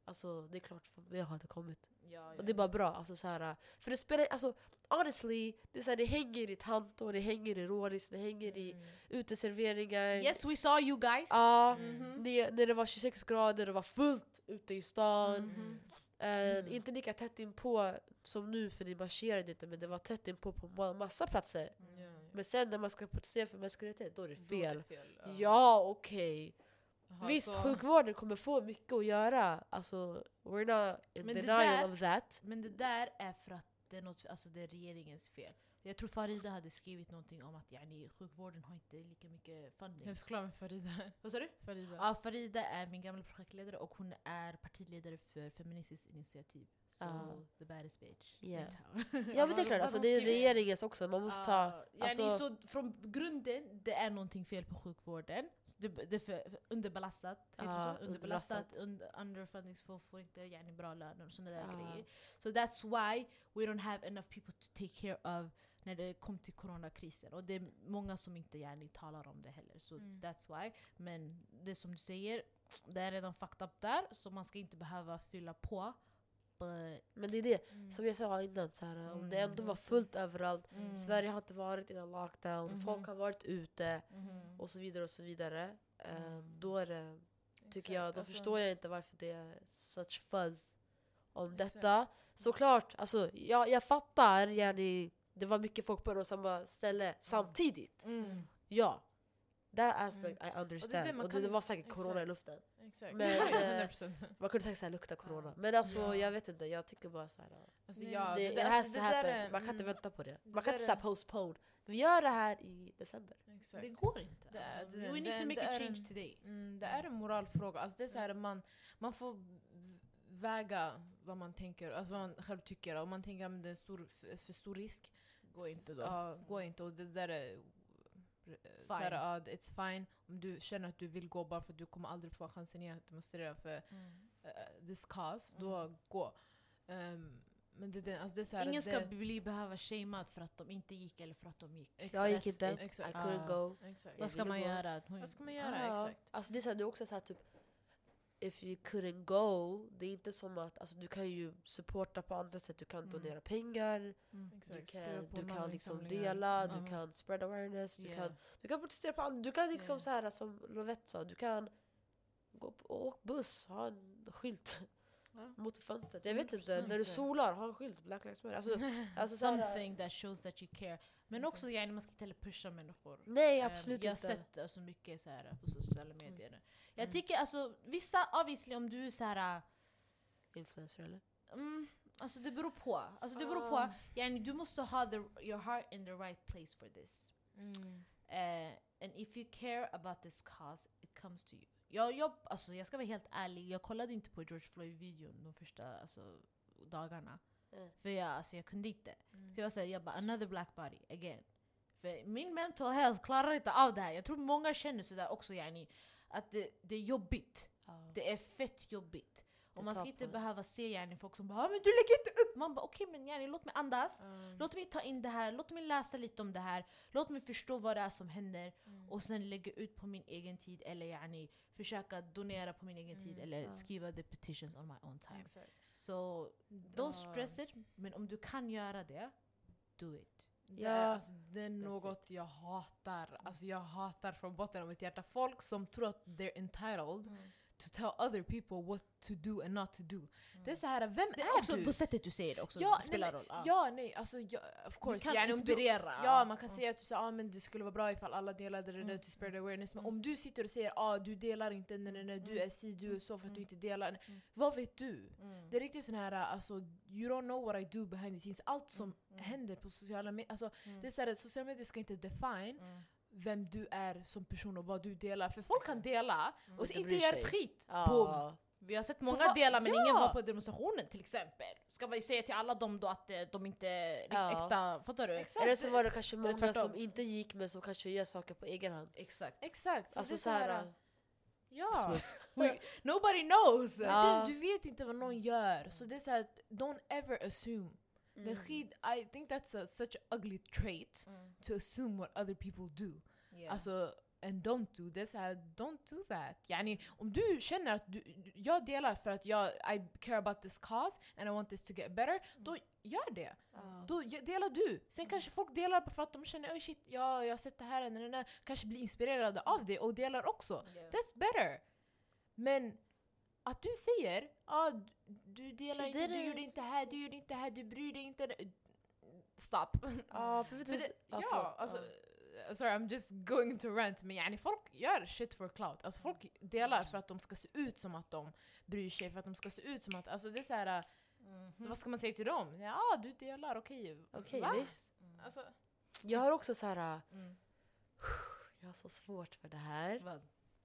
alltså det är klart mer hade kommit. Ja, Och det är bara bra, alltså så här, för det spelar, alltså honestly, det är så här, det hänger i Tanto, det hänger i Rådis, det hänger i Mm. uteserveringar. Yes, we saw you guys. Ja, Mhm. när, när det var tjugosex grader, det var fullt ute i stan. Mhm. Eh, Mm. Inte lika tätt inpå som nu, för det marscherade inte, men det var tätt inpå på ma- massa platser. Ja, ja. Men sen när man ska protestera för mänskliga rättigheter, då är det Då är det fel. fel, Ja, okej. Jaha, Visst, så- sjukvården kommer få mycket att göra. Alltså, we're not in Men det denial där- of that. Men det där är för att det är, något, alltså det är regeringens fel. Jag tror Farida hade skrivit någonting om att yani, sjukvården har inte lika mycket funding. Jag förklarar mig Farida här. Vad sa du? Farida. Ja, Farida är min gamla projektledare och hon är partiledare för Feministiskt initiativ. Så Ah. the baddest bitch Yeah. in town. Ja, men det är vad- klart, vad alltså, de det är skriver. regeringens också. Man måste ta... Ah, yani, alltså- så från grunden, det är någonting fel på sjukvården. Så det, det är för, för underbelastat. Heter Ah, det så? Underbelastat, underbelastat. under, underfunding, får, får inte yani, bra löner och sådana där Ah. grejer. So that's why we don't have enough people to take care of när det kom till coronakrisen. Och det är många som inte yani, talar om det heller. Så Mm. that's why. Men det som du säger, det är redan fucked up där. Så man ska inte behöva fylla på. But, Men det är det, Mm. som jag sa innan, så här, om det Mm. ändå var fullt överallt. mm. Sverige har inte varit i en lockdown, Mhm. folk har varit ute Mhm. och så vidare och så vidare. Ehm, Mm. Då är det, tycker Exakt, jag, då alltså- förstår jag inte varför det är such fuzz om Exakt. detta. Såklart, alltså, jag, jag fattar, yani, det var mycket folk på samma ställe samtidigt. Mm. Ja, that aspect Mm. I understand. Och det, man kan- det var säkert corona i exakt. luften. Exakt. Men, eh, hundra procent. Man kunde säkert säga lukta corona. Ja. Men alltså, Ja. jag vet inte, jag tycker bara så här. Alltså, Nej, ja, det, det, det, det, has alltså, to det där happen. är- Man kan inte mm, vänta på det. det Man kan där inte säga är- postpone. Vi gör det här i december. Exakt. Det går inte. Det är- Alltså, det- we need det- to make det a är change en- today. Mm, det är en moralfråga. Alltså det är så här, man, man får v- väga vad man tänker, alltså vad man själv tycker. Om man tänker att det är en stor, för, för stor risk, Gå inte då. ja, gå inte. Och det där är så här, ja, it's fine. Om du känner att du vill gå bara för att du kommer aldrig få chansen igen att demonstrera för Mm. uh, this cause, Mm. då gå. Um, men det, det, alltså det är så här, Ingen ska det, bli behöva shamed för att de inte gick eller för att de gick. Exakt. Jag gick That's inte, it. I Exakt. couldn't Ah. go. Exakt. Vad ska ville man gå. göra? Vad ska man göra? Ja. Exakt. Alltså det är, så här, det är också så här, typ if you couldn't go, det är inte som att alltså, du kan ju supporta på andra sätt. Du kan Mm. donera pengar, Mm. du Exakt. Skriva kan, på du kan liksom namninsamlingar. dela, Mm. du kan spread awareness, du, Yeah. kan, du kan protestera på andra. Du kan liksom Yeah. så här, som Lovette sa, du kan gå på, åk buss, ha en skylt Ja. mot fönstret. Jag vet hundra inte, procent när du så. solar, ha en skylt, Black Lives Matter. Alltså, alltså, så här, Something that shows that you care. Men Exakt. också yani, man ska inte heller pusha människor. nej, Ehm, absolut jag har inte. sett uh, så mycket så här, på sociala medier. Jag Mm. tycker alltså, vissa obviously om du är så här. Influencer eller? Mm, alltså det beror på. Alltså det beror Ah. på. Yani, du måste ha the, your heart in the right place for this. Mm. Uh, and if you care about this cause, it comes to you. Jag, jag, alltså, jag ska vara helt ärlig, jag kollade inte på George Floyd-videon de första alltså, dagarna. Mm. För jag, alltså, jag kunde inte. Mm. För jag säger, jag bara, another black body again. För min mental health klarar inte av det här. Jag tror många känner sådär också, yani, att det, det är jobbigt. Ja. Det är fett jobbigt. Det Och man tar ska inte på. behöva se yani, folk som bara ah, men du lägger inte upp! Man bara okej okay, men yani, låt mig andas. Um, Låt mig ta in det här, låt mig läsa lite om det här. Låt mig förstå vad det är som händer. mm. Och sen lägga ut på min egen tid. Eller yani, försöka donera på min egen tid. Mm, Eller ja. skriva the petitions on my own time. Exakt. Så Då- don't stress it. Men om du kan göra det, do it. Det, Ja. är, alltså, det är That's något jag hatar. Alltså jag hatar från botten av mitt hjärta. Folk som tror att they're entitled to tell other people what to do and not to do. Det är så här, vem Det är är också du? på sättet du säger det också. Ja, det spelar nej, roll. Ja. Ja, nej, alltså ja, of Du course. kan Yani, om du- inspirera. Ja, man kan Mm. säga typ så, ah, men det skulle vara bra ifall alla delade det där Mm. to spread awareness. Men Mm. om du sitter och säger ah, du delar inte, nej, nej, nej, du Mm. är si, du är så för att du Mm. inte delar. Mm. Vad vet du? Mm. Det är riktigt sån här, alltså, you don't know what I do behind the scenes. Allt som Mm. Mm. händer på sociala medier, alltså, Mm. det är så här, sociala medier ska inte define Mm. vem du är som person och vad du delar. För folk kan dela Mm. och så inte inte bryr göra sig. ett skit. Ja. Boom. Vi har sett Så många vad- delar men ja! ingen var på demonstrationen till exempel. Ska vi säga till alla dem då att eh, de inte är Ja. äkta, fattar du? Exakt. Eller så var det kanske många tvärtom. som inte gick men som kanske gör saker på egen hand. Exakt. Exakt. Så Alltså det är så här, så ja. smooth. We, nobody knows! Ja. Det, du vet inte vad någon gör. Så det är så här, don't ever assume. Mm. Den skit, I think that's a, such an ugly trait Mm. to assume what other people do. Yeah. Alltså, and don't do this, uh, don't do that. Yani, om du känner att du, jag delar för att jag I care about this cause and I want this to get better, då gör det. Ja. Då ge- delar du. Sen kanske folk delar för att de känner, oh shit, ja, jag har sett det här, nej, nej, nej. Kanske blir inspirerade av det och delar också. That's better. Men att du säger, ah, du, du delar She inte, du didn't. gjorde inte här, du gjorde inte här, du bryr dig inte. Stop. Ja, för vet du, För det, ja, ja, förlåt. alltså, Ja. sorry, I'm just going to rant. Men yani, folk gör shit for clout. Alltså folk delar för att de ska se ut som att de bryr sig, för att de ska se ut som att, alltså det är så här. Vad ska man säga till dem? Ja, ah, du delar, okej. Okej, Va? visst. Alltså, Jag har också så här. mm. Jag har så svårt för det här. Vad?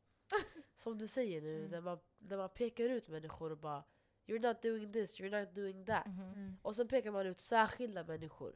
Som du säger nu, Mm. när, man, när man pekar ut människor och bara you're not doing this, you're not doing that. Mm. Och sen pekar man ut särskilda människor.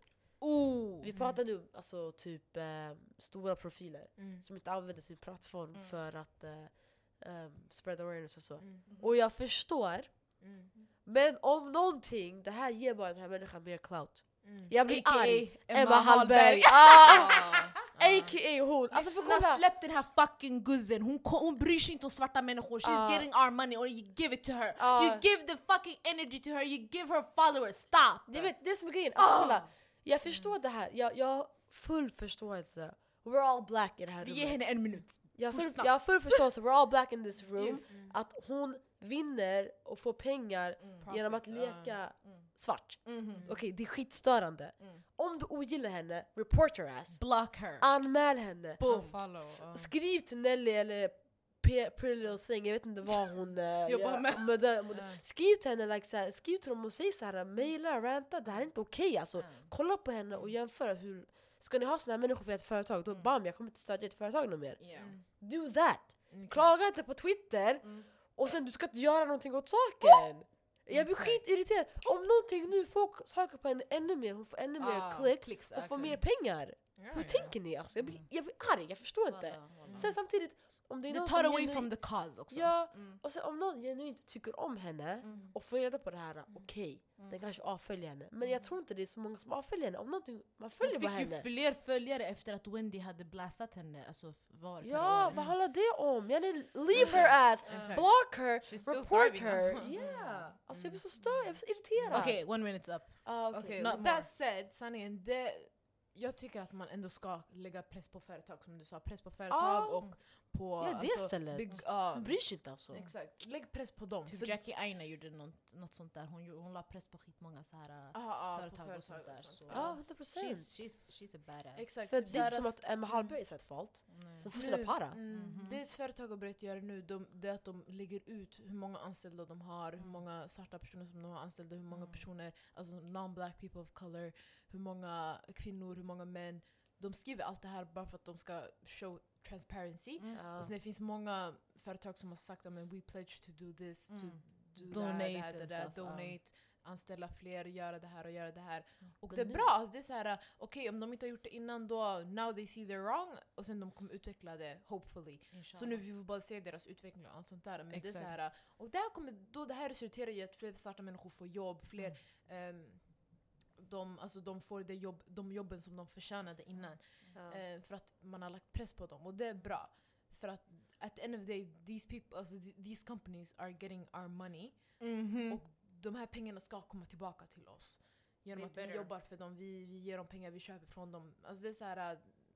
Oh. Vi pratar nu alltså typ eh, stora profiler Mm. som inte använder sin plattform Mm. för att eh, um, spread awareness och så. Mm. Och jag förstår, Mm. men om någonting, det här ger bara den här människan mer clout. Mm. Jag blir A K A arg. Emma Emma Hallberg. Hallberg. Ah! Ah. A K A hon. Alltså för Lyssna, kolla. släpp den här fucking guzzen. Hon, ko- hon bryr sig inte om svarta människor. She's Ah. getting our money or you give it to her. Ah. You give the fucking energy to her. You give her followers. Stop! Det, vet, det är som är grejen. Alltså Ah. kolla. Jag förstår det här. Jag, jag har full förståelse. We're all black i det här Vi ger rummet. henne en minut. Jag har full, snabbt. jag har full förståelse. We're all black in this room. Yes. Att hon vinner och får pengar Mm. genom att Profit, leka Mm. svart. Mhm. Okej, det är skitstörande. Mm. Om du ogillar henne, report her ass. Block her. Anmäl henne. Boom. Follow, S- uh. Skriv till Nelly eller P- Pretty Little Thing, jag vet inte vad hon uh, Jobbar med. med det, med det. Ja. Skriv till henne, like, såhär, skriv till dem och säg såhär, maila, ranta, det här är inte okej alltså. Mm. Kolla på henne och jämföra hur, ska ni ha såna här människor för ett företag, då Mm. bam, jag kommer inte stödja ett företag någon mer. Yeah. Mm. Do that! Exakt. Klaga inte på Twitter Mm. och sen du ska inte göra någonting åt saken. Jag blir Exakt. skitirriterad. Om någonting nu, folk söker på henne ännu mer, hon får ännu mer Ah, clicks clicks, och får exakt. mer pengar. Ja, Hur ja. tänker ni alltså? Jag blir, jag blir arg, jag förstår inte. Walla, walla. Sen samtidigt, om det är Det någon tar som away genuin- from the cause också. Ja, Mm. och sen om någon genuint tycker om henne Mm. och får reda på det här, okej, Mm. den kanske avföljer henne. Men jag tror inte det är så många som avföljer henne. Om någonting, man följer Hon bara fick ju henne. fler följare efter att Wendy hade blastat henne. Alltså, f- var förra Ja, året. vad handlar det om? Jag vill leave her ass, Exakt. block her, She's still report thriving, her. alltså. Yeah. Alltså jag blir så Mm. störd, jag blir så irriterad. Okej, one minute up. Ah, okej. Okej, Not okay, more. that said, sanningen, det, jag tycker att man ändå ska lägga press på företag, som du sa. Press på företag Ah. och på... Ja, det istället. Big, ja, Hon bryr sig inte alltså. exakt. Lägg press på dem. Typ För- Jackie Aina gjorde något, något sånt där. Hon, gjorde- hon la press på skitmånga så här Ah, ah, på företag och sånt där. Så. Ja, hundra procent. She's, she's, she's a badass. Exakt. För typ det är inte deras- som att Emma Hallberg är ett fault. Nej. Hon får sina Nu- para. Mm, Mhm. Det företag har börjat göra nu, de, det är att de lägger ut hur många anställda de har, hur många svarta personer som de har anställda, hur många Mm. personer, alltså non-black people of color, hur många kvinnor, hur många män. De skriver allt det här bara för att de ska show transparency. Mm. Ja. Och sen det finns många företag som har sagt att we pledge to do this, to Mm. do Donate det här, det här, det and där, stuff, ja. donate, anställa fler, göra det här och göra det här. Och Men det är nu- bra, alltså det är så här, okej om de inte har gjort det innan då, now they see they're wrong, och sen de kommer utveckla det, hopefully. Så nu vi får bara se deras utveckling och allt sånt där. Men det är Exakt. så här, och det här kommer, då det här resulterar i att fler svarta människor får jobb, fler Mm. ehm, de, alltså de får det jobb, de jobben som de förtjänade innan. Ja. Eh, för att man har lagt press på dem. Och det är bra. För att at the end of the day, these people, alltså th- these companies are getting our money. Mhm. Och de här pengarna ska komma tillbaka till oss. Genom Be att vi better. jobbar för dem, vi, vi ger dem pengar, vi köper från dem. Alltså det är så här...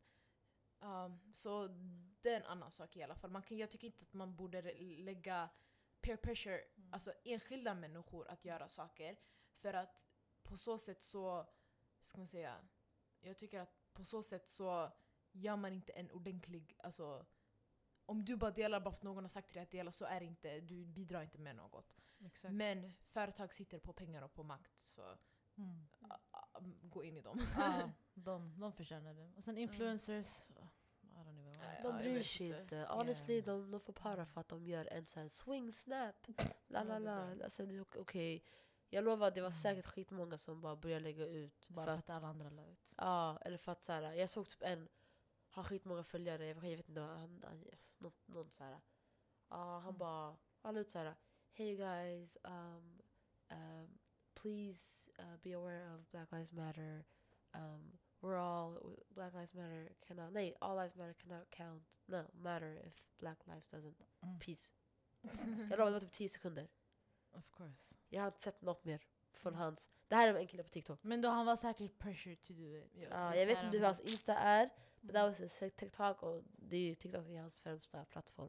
Um, så det är en annan sak i alla fall. Man kan, jag tycker inte att man borde re- lägga peer pressure, Mm. alltså enskilda människor att göra saker. För att på så sätt så, hur ska man säga, jag tycker att på så sätt så gör man inte en ordentlig, alltså om du bara delar bara för att någon har sagt till dig att dela, så är det inte, du bidrar inte med något. Exakt. Men företag sitter på pengar och på makt, så Mm. a, a, gå in i dem. Ja, de, de förtjänar det. Och sen influencers, I don't even know. Nej, De ja, jag bryr vet sig inte. inte. Honestly, de, de får para för att de gör en sån här swing snap. La la la. Alltså, det är ok- okej. Jag lovar, det var Mm. säkert skitmånga som bara började lägga ut. Bara för för att, att alla andra la ut. ja, eller för att så här, jag såg typ en, har skitmånga följare, jag, jag vet inte, vad han, han, någon, någon så här. Ja, han Mm. bara, han la ut så här. Hey you guys, um, um, please uh, be aware of Black Lives Matter. Um, we're all Black Lives Matter cannot. Nej, all lives matter cannot count. No, matter if Black lives doesn't. Mm. Peace. Jag lovar, det var typ tio sekunder. Of course. Jag har inte sett något mer från Mm. hans. Det här är en kille på TikTok. Men då han var säkert pressured to do it. Ja. Ja, Det är jag vet så inte här- hur hans Insta är. Men det var så TikTok och det är ju TikTok är hans främsta plattform.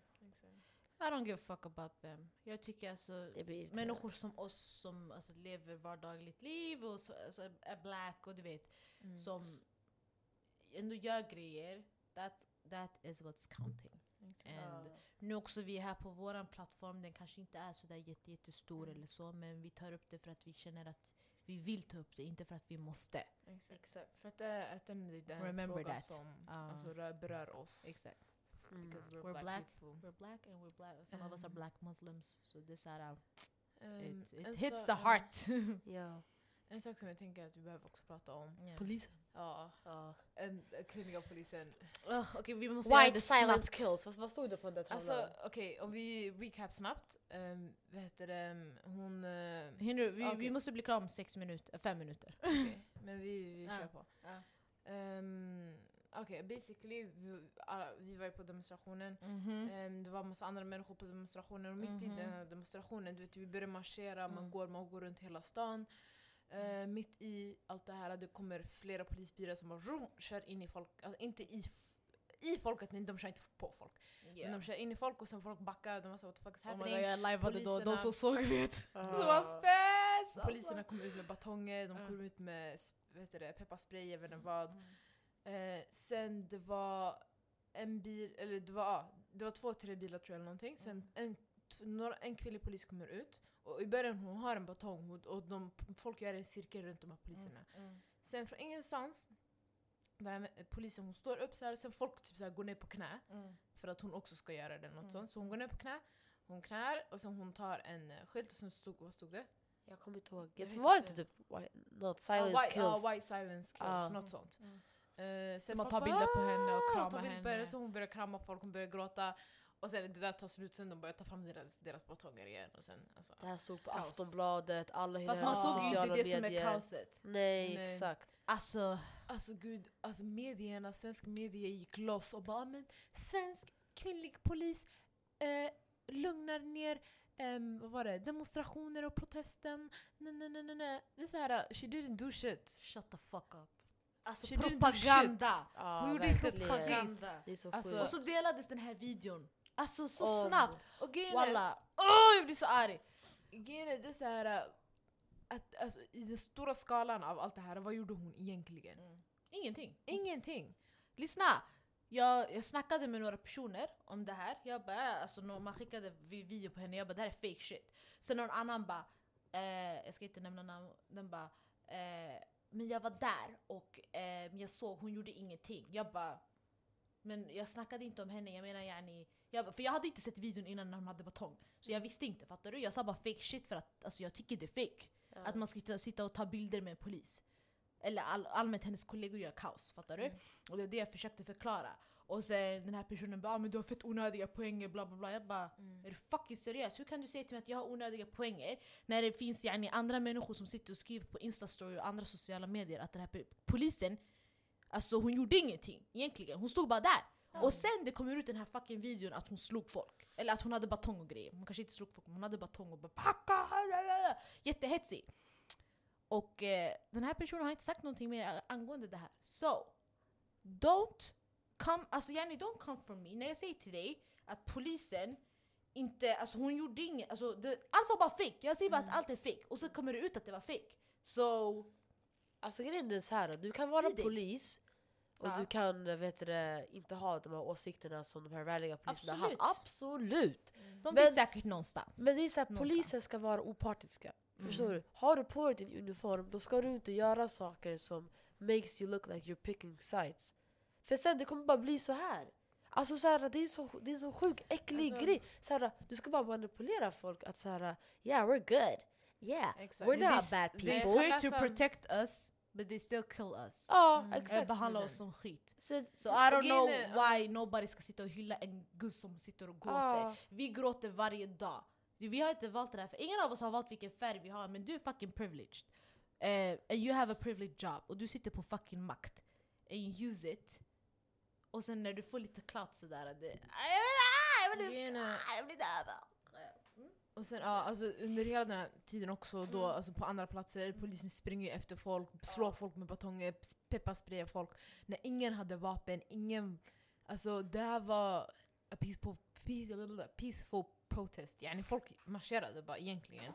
I don't give a fuck about them. Jag tycker alltså Jag blir irriterad. människor som oss som alltså, lever vardagligt liv och så, alltså, är black och du vet Mm. som ändå gör grejer. That, that is what's counting. And Ja. nu också vi är här på våran plattform, den kanske inte är så där jätte, jättestor Mm. eller så, men vi tar upp det för att vi känner att vi vill ta upp det, inte för att vi måste. Exakt. Exakt. För att det är, att det är en Remember fråga that. som Ja. alltså, rör, berör oss. Exakt. Mm. Because we're, We're black, black. people. We're black and we're black. Some of us are Um, black Muslims, so this are, Um, it, en it hits sa- the heart. Ja. En sak som jag tänker att vi behöver också prata om. Yeah. Polisen. Ja, Ja. en en kvinnliga polisen. Ugh, Okej, vi måste göra White det silence snabbt. kills. Vad, vad stod det på den där tavlan? Alltså okej, om vi recap snabbt. Um, vad heter det? Hon... Uh, Hinner du? Vi, Okej. vi måste bli klara om sex minuter, fem minuter. okej, men vi, vi Ja. kör på. Ja. Um, okej, basically, vi, alla- vi var ju på demonstrationen. Mhm. Ehm, det var massa andra människor på demonstrationen och mitt Mhm. i den här demonstrationen, du vet, vi börjar marschera, man, Mm. går, man går runt hela stan. Ehm, mitt i allt det här, det kommer flera polisbilar som bara rum, kör in i folk, alltså inte i, f- i folket, men de kör inte på folk. Men de kör in i folk och sen folk backar, de var så what the fuck is Oh my happening? God, jag lajvade då, de Poliserna- som såg vet. Ah. Det var stress! alltså. Poliserna kom ut med batonger, de Ja. kom ut med sp- vad heter det, pepparspray, jag vet inte vad. Mm. Eh, sen det var en bil, eller det var, ja, det var två, tre bilar tror jag eller någonting. Sen Mm. en, t- några, en kvinnlig polis kommer ut. Och i början hon har en batong och, och de, folk gör en cirkel runt de här poliserna. Mm. Sen från ingenstans, den här med- polisen hon står upp så här, sen folk typ så här går ner på knä. Mm. För att hon också ska göra det, något Mm. sånt. Så hon går ner på knä, hon knär och sen hon tar en eh, skylt och sen stod, vad stod det? Jag kommer inte ihåg. Jag Jag vet tror var det inte. inte typ white, något Ja, silence white, kills. ja, white silence kills, Ah. något sånt. Mm. Eh, sen Man folk tar bara, bilder på henne och "Ah!" kramar tar bilder på henne. Så hon börjar krama folk, hon börjar gråta. Och sen det där tar slut, sen de börjar ta fram deras, deras batonger igen. Och sen, alltså, Det här såg på Kaos. Aftonbladet, alla Fast hela man såg ju sociala inte det som är medier. kaoset. Nej, Nej. exakt. Alltså, alltså gud, alltså medierna, svensk media gick loss och bara men svensk kvinnlig polis eh, lugnar ner ehm, vad var det, demonstrationer och protesten. Nej, nej, nej, nej, nej. Det är så här, she didn't do shit. shut the fuck up. Alltså She didn't do propaganda. Ja, Hon gjorde inte verkligen. propaganda. Det är så Alltså- sjukt. Och så delades den här videon. Alltså så Åh. snabbt. Och grejen är, Walla. Åh, jag blir så arg. grejen är, det är så här äh, att alltså, i den stora skalan av allt det här, vad gjorde hon egentligen? Mm. Ingenting. Ingenting. Lyssna! Jag, jag snackade med några personer om det här. Jag bara, alltså, när man skickade vi- video på henne, jag bara det här är fake shit. Sen någon annan bara, eh, jag ska inte nämna namn, den bara, eh, men jag var där och eh, jag såg, hon gjorde ingenting. Jag bara, men jag snackade inte om henne, jag menar yani, jag bara, för jag hade inte sett videon innan när hon hade batong. Så jag visste inte, fattar du? Jag sa bara fake shit för att alltså, jag tycker det är fake. Ja. Att man ska sitta- sitta och ta bilder med en polis. Eller all, allmänt hennes kollegor gör kaos, fattar du? Mm. Och det är det jag försökte förklara. Och sen den här personen bara ah, men du har fett onödiga poänger, bla bla bla. Jag bara, Mm. är du fucking seriös? Hur kan du säga till mig att jag har onödiga poänger när det finns yani, andra människor som sitter och skriver på Instastory och andra sociala medier att den här pe- polisen, alltså hon gjorde ingenting egentligen. Hon stod bara där. Ja. Och sen det kommer ut den här fucking videon att hon slog folk. Eller att hon hade batong och grejer. Hon kanske inte slog folk, men hon hade batong och bara packa. Jättehetsig. Och eh, den här personen har inte sagt någonting mer angående det här. So, don't come, alltså yani don't come from me. När jag säger till dig att polisen inte, alltså hon gjorde inget, alltså det, allt var bara fake. Jag säger bara Mm. att allt är fake. Och så kommer det ut att det var fake. So, Alltså grejen är så här, du kan vara I dig. polis och Ja. du kan vet du, inte ha de här åsikterna som de här ralliga poliserna har. Absolut. Absolut! de Men- finns säkert någonstans. Men det är så här, Någonstans. poliser ska vara opartiska. Mm. Förstår du? Har du på dig din uniform, då ska du inte göra saker som makes you look like you're picking sides. För sen det kommer bara bli så här. Alltså så här, det är så det är så sjuk äcklig Alltså- grej. Så här, du ska bara manipulera folk att så här, yeah we're good. Yeah, Exakt. we're not This- bad They this- people. swear to Läsa- protect us, but they still kill us. Ja, Mm. Eh, exakt. Behandlar det oss där. som skit. Så, So I don't Och know grejen är- why nobody ska sitta och hylla en gus som sitter och gråter. ja. Vi gråter varje dag. Vi har inte valt det här, för ingen av oss har valt vilken färg vi har, men du är fucking privileged. Uh, and you have a privileged job. Och du sitter på fucking makt. And you use it. Och sen när du får lite clout sådär. Det, jag vill jag vill jag vill Och sen, ja, alltså, under hela den här tiden också då, mm. alltså, på andra platser, polisen springer ju efter folk, slår ja. folk med batonger, pepparsprayar folk. När ingen hade vapen, ingen... Alltså det här var a peaceful, peaceful protest. Yani folk marscherade bara egentligen.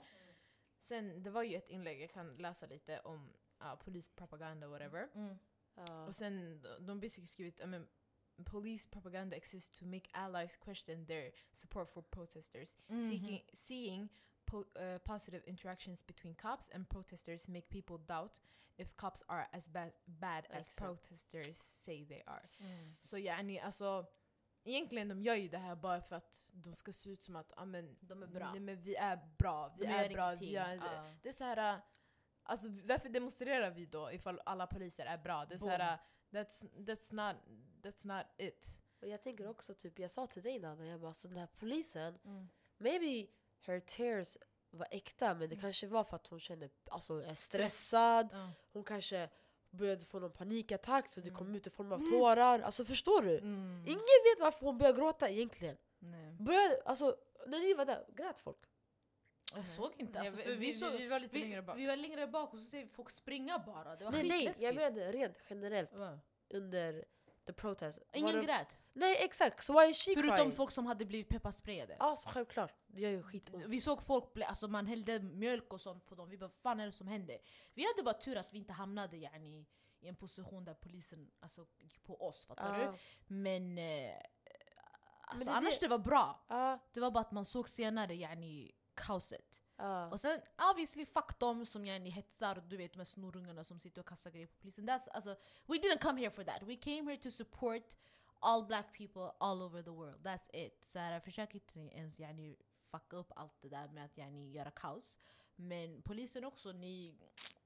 Sen, det var ju ett inlägg, jag kan läsa lite om uh, polispropaganda, whatever. Mm. Uh. Och sen, de basically skrivit, I mean, police propaganda exists to make allies question their support for protesters. Mm-hmm. Seeking, seeing po- uh, positive interactions between cops and protesters make people doubt if cops are as ba- bad as exactly. protesters say they are. Mm. Så yani, alltså, egentligen de gör ju det här bara för att de ska se ut som att amen, de är bra. Nej, men vi är bra, vi de är bra. Vi är, uh. det, det är så här, alltså, varför demonstrerar vi då ifall alla poliser är bra? Det är så här, that's, that's not... That's not it. Och jag tänker också, typ, jag sa till dig innan, jag bara, så den här polisen, mm. maybe her tears var äkta, men det mm. kanske var för att hon kände, alltså, är stressad. Mm. Hon kanske började få någon panikattack, så det mm. kom ut i form av tårar. Alltså, förstår du? Mm. Ingen vet varför hon började gråta egentligen. Nej. Började, alltså, när ni var där, grät folk. Jag nej. såg inte. Alltså, för vi, vi, såg, vi var lite vi, längre bak. Vi var längre bak och så ser vi folk springa bara. Det var nej, skitläskigt. Nej, jag menade rent generellt. Va? Under... the protest. Ingen grät. Nej, exakt. So why is she Förutom crying? folk som hade blivit pepparsprayade. Ja, så självklart. Det gör ju skit. Vi såg folk, bli, alltså man hällde mjölk och sånt på dem. Vi bara, vad fan är det som händer? Vi hade bara tur att vi inte hamnade yani, i en position där polisen alltså, gick på oss, fattar uh. du? Men, eh, alltså, Men det, annars det, det var bra. Uh. Det var bara att man såg senare yani, kaoset. Uh. Och sen obviously fuck dem som yani hetsar, du vet, med snorungarna som sitter och kastar grejer på polisen. That's, alltså, we didn't come here for that. We came here to support all black people all over the world. That's it. Så här, försök inte ens yani fucka upp allt det där med att yani göra kaos. Men polisen också, ni...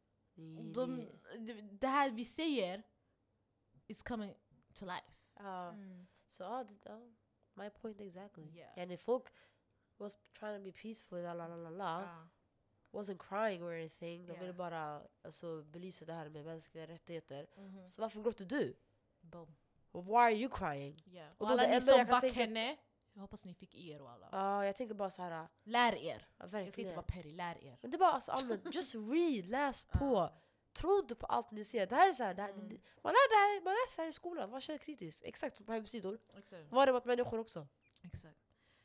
De, det här vi säger is coming to life. Uh, mm. So, uh, uh, my point exactly. Yeah. Yani folk was trying to be peaceful, la la la la la. Uh. Wasn't crying or anything. De yeah. ville bara alltså, belysa det här med mänskliga rättigheter. Mm-hmm. Så varför gråter du? Boom. Why are you crying? Yeah. Och, och alla ni som back tänka... henne, jag hoppas ni fick er och alla. Ja, uh, jag tänker bara så här. Lär er. Ja, jag ska inte vara perry, lär er. Men det är bara alltså, allmänt, just read, läs på. Uh. Tro inte på allt ni ser. Det här är så här, det här, mm. man lär det här, man läser här i skolan. Man känner kritiskt. Exakt som på hemsidor. Exakt. Var det mot människor också? Exakt.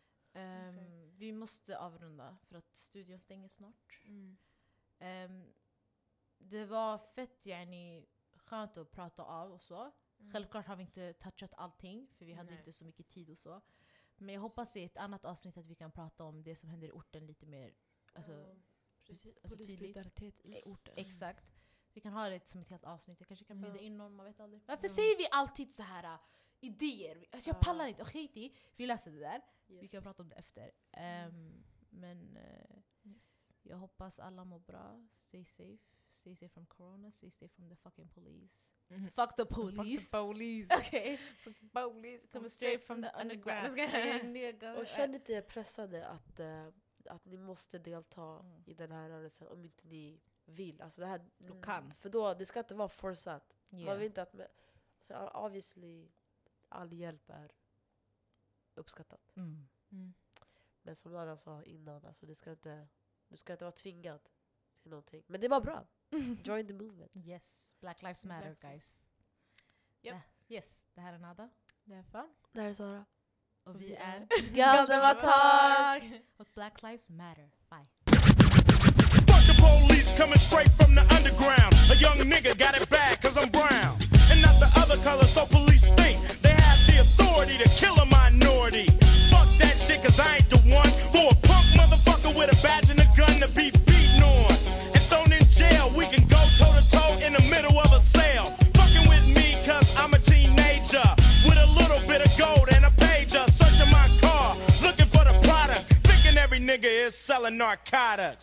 Um, vi måste avrunda för att studien stänger snart. Mm. Um, det var fett yani, skönt att prata av och så. Mm. Självklart har vi inte touchat allting för vi hade Nej. inte så mycket tid och så. Men jag hoppas i ett annat avsnitt att vi kan prata om det som händer i orten lite mer alltså, mm. alltså polisbrutalitet i orten. Exakt. Vi kan ha det som ett helt avsnitt. Jag kanske kan bjuda in någon, man vet aldrig. Varför mm. säger vi alltid så här uh, idéer? Alltså, jag pallar inte. Okej, okay, vi läser det där. Yes. Vi kan prata om det efter. Um, mm. Men uh, yes. jag hoppas alla mår bra. Stay safe. Stay safe from corona. Stay safe from the fucking police. Mm-hmm. Fuck the police. Fuck the police. Okay. Fuck the police. Come straight from the underground. Och känn inte er pressade att, uh, att ni måste delta mm. i den här rörelsen om inte ni vill. Alltså det här, du kan. För då, det ska inte vara fortsatt. Yeah. Man vill inte att... Med, så obviously, all hjälp är uppskattat. Mm. Mm. Men som Adam sa innan, alltså det ska inte, du ska inte vara tvingad till någonting. Men det var bra. Join the movement. Yes. Black Lives Matter, exactly. Guys. Yep. Uh, yes. Det här är Nada. Det är Fan. Det här är Sara. Och vi är Galdematag. Och Black Lives Matter. Bye. Fuck the police coming straight from the underground. A young nigga got it bad cause I'm brown. And not the other color, so police think they have the authority to kill a minority. Fuck that shit cause I ain't the one for a punk motherfucker with a badge and a gun to be beaten on. And thrown in jail, we can go toe to toe in the middle of a sale. Fucking with me cause I'm a teenager with a little bit of gold and a pager. Searching my car, looking for the product. Thinking every nigga is selling narcotics.